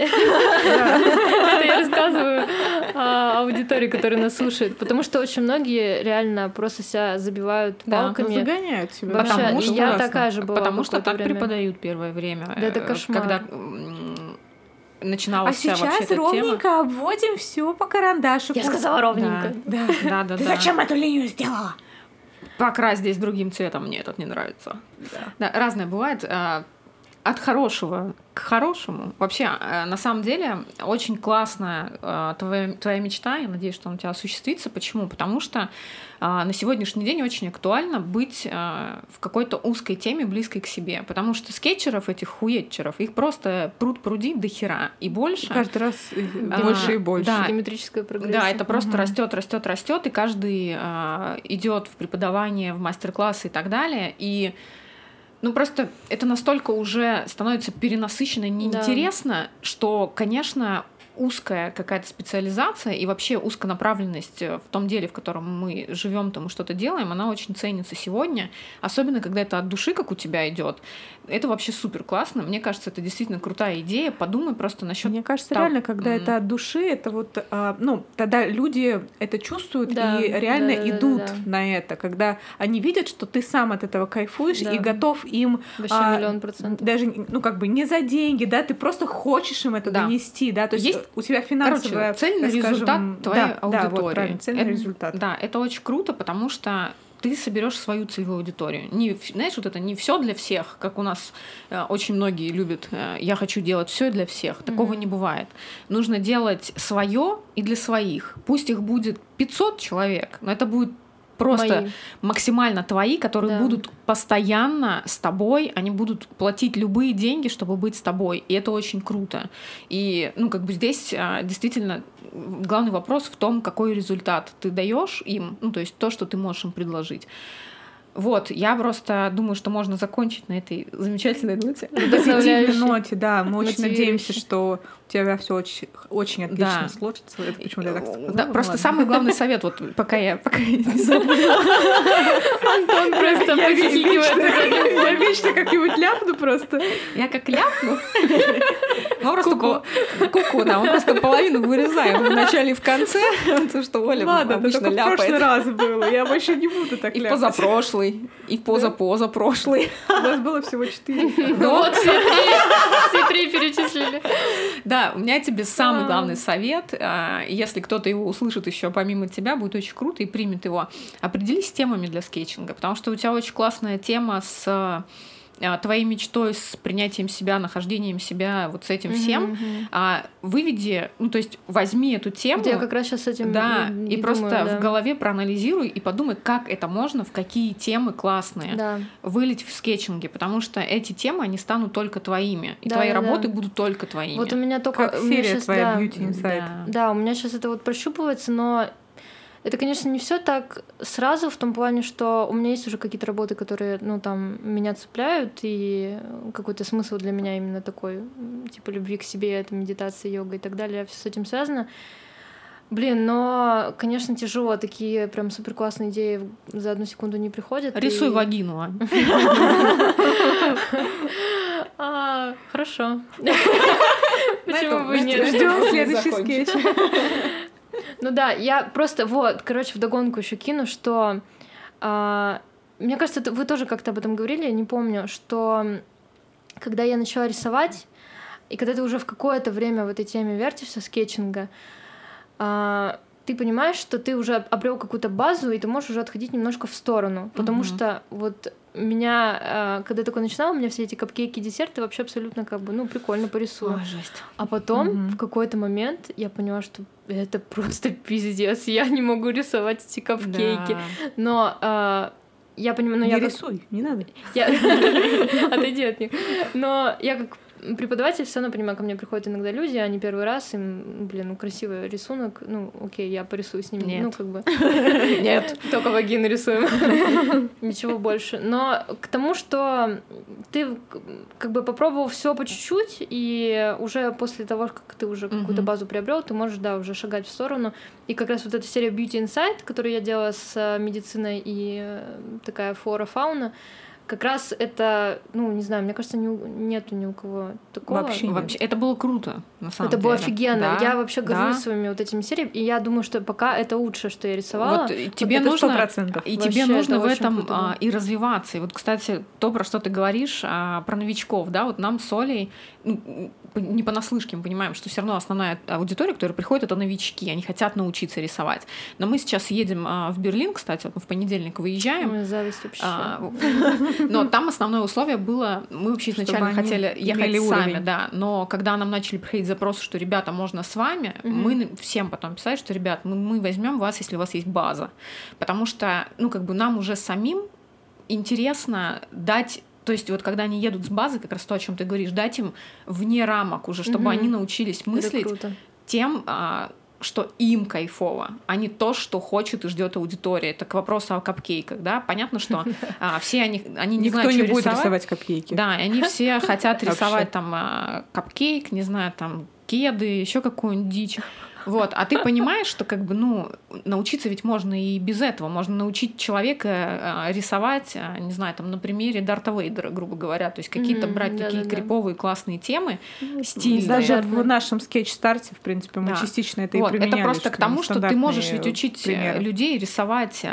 Это я рассказываю а, аудитории, которая нас слушает, потому что очень многие реально просто себя забивают Да, палками. Загоняют себя. Вообще, Потому и что- я такая же была Потому что какое-то так время. преподают первое время. Да это э, кошмар. Когда м, начиналась А вся вообще сейчас эта тема. ровненько обводим все по карандашику. Я сказала ровненько. Да. Да, да, Ты да. зачем эту линию сделала? Покрась здесь другим цветом, мне этот не нравится. Да, разное бывает. А, От хорошего к хорошему. Вообще, э, на самом деле, очень классная э, твоя, твоя мечта. Я надеюсь, что она у тебя осуществится. Почему? Потому что э, на сегодняшний день очень актуально быть э, в какой-то узкой теме, близкой к себе. Потому что скетчеров, этих хуетчеров, их просто пруд-пруди до хера. И больше. Каждый раз А, больше и больше. да. Геометрическая прогрессия. Да, это просто Мгм. растет, растет, растет, и каждый а, идет в преподавание, в мастер-классы и так далее. И ну просто это настолько уже становится перенасыщенно, неинтересно, что, конечно, узкая какая-то специализация и вообще узконаправленность в том деле, в котором мы живем, там мы что-то делаем, она очень ценится сегодня, особенно когда это от души, как у тебя идет. Это вообще супер классно. Мне кажется, это действительно крутая идея. Подумай просто насчет. Мне кажется, того- реально, когда М. это от души, это вот, а, ну, тогда люди это чувствуют Да, и реально да, да, да, идут да. на это, когда они видят, что ты сам от этого кайфуешь Да. и готов им Вообще а, миллион процентов. даже, ну, как бы не за деньги, да, ты просто хочешь им это Да. донести, да, то есть, Есть, у тебя финансовая, Короче, цельный так скажем, результат твоей да, аудитории. Да, вот, правильно, цельный Это- результат. Да, это очень круто, потому что ты соберешь свою целевую аудиторию. Не, в- знаешь, вот это не все для всех, как у нас э, очень многие любят. э, я хочу делать все для всех. Такого Мгм. не бывает. Нужно делать свое и для своих. Пусть их будет пятьсот человек, но это будет просто Мои. максимально твои, которые Да. будут постоянно с тобой, они будут платить любые деньги, чтобы быть с тобой, и это очень круто. И, ну, как бы здесь а, действительно главный вопрос в том, какой результат ты даешь им, ну, то есть то, что ты можешь им предложить. Вот, я просто думаю, что можно закончить на этой замечательной ноте. На Вдохновляюще. позитивной ноте, да, мы очень Мотивирующе. надеемся, что у тебя все очень, очень отлично Да. сложится. Это почему я так сказала? Да, Ну, просто ладно. самый главный совет, вот пока я, пока я не забыла. Антон просто Я вечно, похихикивает. я вечно как-нибудь ляпну просто. Я как ляпну. Мы просто пол- Ку-ку, да, мы просто половину вырезаем в начале и в конце, потому что Оля Ладно, это обычно только в прошлый ляпает. раз было. Я больше не буду так И в ляпать. позапрошлый, и в позапозапрошлый. У нас было всего четыре. Ну вот все три, все три перечислили. Да, у меня тебе самый А. главный совет. а, Если кто-то его услышит еще помимо тебя, будет очень круто и примет его. Определись с темами для скетчинга, потому что у тебя очень классная тема с а, твоей мечтой, с принятием себя, нахождением себя, вот с этим всем. Мгм, мгм. А, Выведи, ну то есть возьми эту тему. Вот я как раз сейчас с этим Да, м, и думаю, просто да. в голове проанализируй и подумай, как это можно, в какие темы классные Да. вылить в скетчинге, потому что эти темы, они станут только твоими, и Да, твои да, работы да. будут только твоими. Вот у меня только... Как у меня серия щас, твоя да, Beauty Inside. Да. Да, у меня сейчас это вот прощупывается, но это, конечно, не все так сразу, в том плане, что у меня есть уже какие-то работы, которые, ну, там, меня цепляют, и какой-то смысл для меня именно такой, м, типа любви к себе, это медитация, йога и так далее, все с этим связано. Блин, но, конечно, тяжело, такие прям супер классные идеи за одну секунду не приходят. Рисуй и- вагину, Ань. А, хорошо. Почему бы нет? Ждем следующий скетч. Ну да, я просто, вот, короче, вдогонку еще кину, что а, мне кажется, вы тоже как-то об этом говорили, я не помню, что когда я начала рисовать, и когда ты уже в какое-то время в этой теме вертишься скетчинга, а, ты понимаешь, что ты уже обрел какую-то базу, и ты можешь уже отходить немножко в сторону, потому mm-hmm. что вот меня, когда я такое начинала, у меня все эти капкейки, десерты вообще абсолютно как бы, ну, прикольно порисую. Ой, жесть. А потом mm-hmm. в какой-то момент я поняла, что это просто пиздец, я не могу рисовать эти капкейки. Да. Но а, я понимаю... Но не я рисуй, как... не надо. Я... Отойди от них. Но я как преподаватель все равно понимаю, ко мне приходят иногда люди, они первый раз, им, блин, ну красивый рисунок, ну окей, я порисую с ними. Нет. Ну как бы... Нет. Только вагины рисуем. Ничего больше. Но к тому, что ты как бы попробовал все по чуть-чуть, и уже после того, как ты уже какую-то базу приобрел, ты можешь, да, уже шагать в сторону. И как раз вот эта серия Beauty Insight, которую я делала с медициной и такая флора-фауна, как раз это, ну, не знаю, мне кажется, не, нету ни у кого такого. Вообще, вообще, это было круто, на самом это деле. Это было офигенно. Да, я вообще горжусь да. своими вот этими сериями, и я думаю, что пока это лучшее, что я рисовала. Вот тебе это нужно, сто процентов. и Вообще, тебе нужно это в этом круто, а, да. и развиваться. И вот, кстати, то, про что ты говоришь, а, про новичков, да, вот нам с Олей, ну, не понаслышке мы понимаем, что все равно основная аудитория, которая приходит, это новички, они хотят научиться рисовать. Но мы сейчас едем а, в Берлин, кстати, вот мы в понедельник выезжаем. Ой, зависть вообще. А, но там основное условие было, мы вообще изначально хотели ехать сами, да, но когда нам начали приходить запросы, что ребята, можно с вами, mm-hmm. мы всем потом писали, что ребят, мы, мы возьмем вас, если у вас есть база, потому что, ну, как бы нам уже самим интересно дать. То есть вот когда они едут с базы, как раз то, о чем ты говоришь, дать им вне рамок уже, чтобы mm-hmm. они научились мыслить тем, что им кайфово, а не то, что хочет и ждет аудитория. Это к вопросу о капкейках, да? Понятно, что а, все они, они не Никто знают, не что будет рисовать. рисовать капкейки. Да, и они все хотят рисовать там а, капкейк, не знаю, там кеды, еще какую-нибудь дичь. Вот, а ты понимаешь, что как бы, ну, научиться ведь можно и без этого. Можно научить человека рисовать, не знаю, там, на примере Дарта Вейдера, грубо говоря. То есть какие-то mm-hmm, брать да, такие да, криповые, да. классные темы, стильные. Даже да, в нашем скетч-старте, в принципе, мы да. частично это вот, и применяли. Это просто к тому, что ты можешь ведь учить примеры. людей рисовать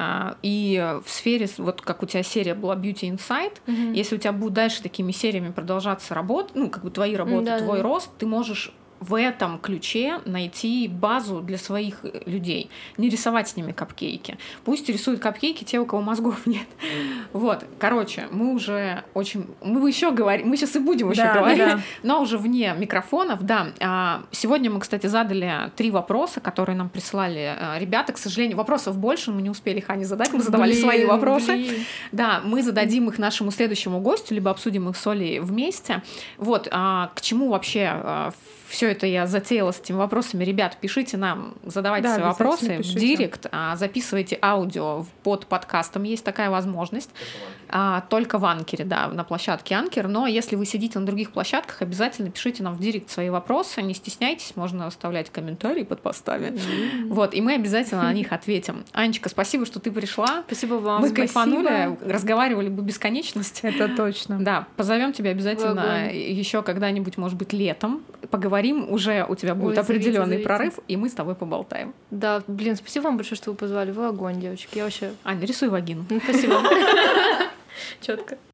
и в сфере, вот как у тебя серия была Beauty Insight, mm-hmm. если у тебя будут дальше такими сериями продолжаться работа, ну, как бы твои работы, mm-hmm, твой да. рост, ты можешь в этом ключе найти базу для своих людей. Не рисовать с ними капкейки. Пусть рисуют капкейки те, у кого мозгов нет. Вот, короче, мы уже очень... Мы еще говорим, мы сейчас и будем еще да, говорить, да. но уже вне микрофонов. Да, сегодня мы, кстати, задали три вопроса, которые нам прислали ребята. К сожалению, вопросов больше, мы не успели их Ане задать, мы задавали блин, свои вопросы. Блин. Да, мы зададим их нашему следующему гостю, либо обсудим их с Олей вместе. Вот, к чему вообще... Все это я затеяла с этими вопросами. Ребят, пишите нам, задавайте да, свои вопросы в директ, записывайте аудио под подкастом. Есть такая возможность. А, только в Анкере, да, на площадке Анкер. Но если вы сидите на других площадках, обязательно пишите нам в директ свои вопросы. Не стесняйтесь, можно оставлять комментарии под постами. Mm-hmm. Вот, и мы обязательно на них ответим. Анечка, спасибо, что ты пришла. Спасибо вам. Мы кайфанули, разговаривали бы бесконечность. Это точно. Да, позовем тебя обязательно еще когда-нибудь, может быть, летом. Поговорим. Уже у тебя будет Ой, определенный зовите, прорыв, зовите. И мы с тобой поболтаем. Да, блин, спасибо вам большое, что вы позвали. Вы огонь, девочки. Я вообще... Аня, рисуй вагину. Спасибо. Четко.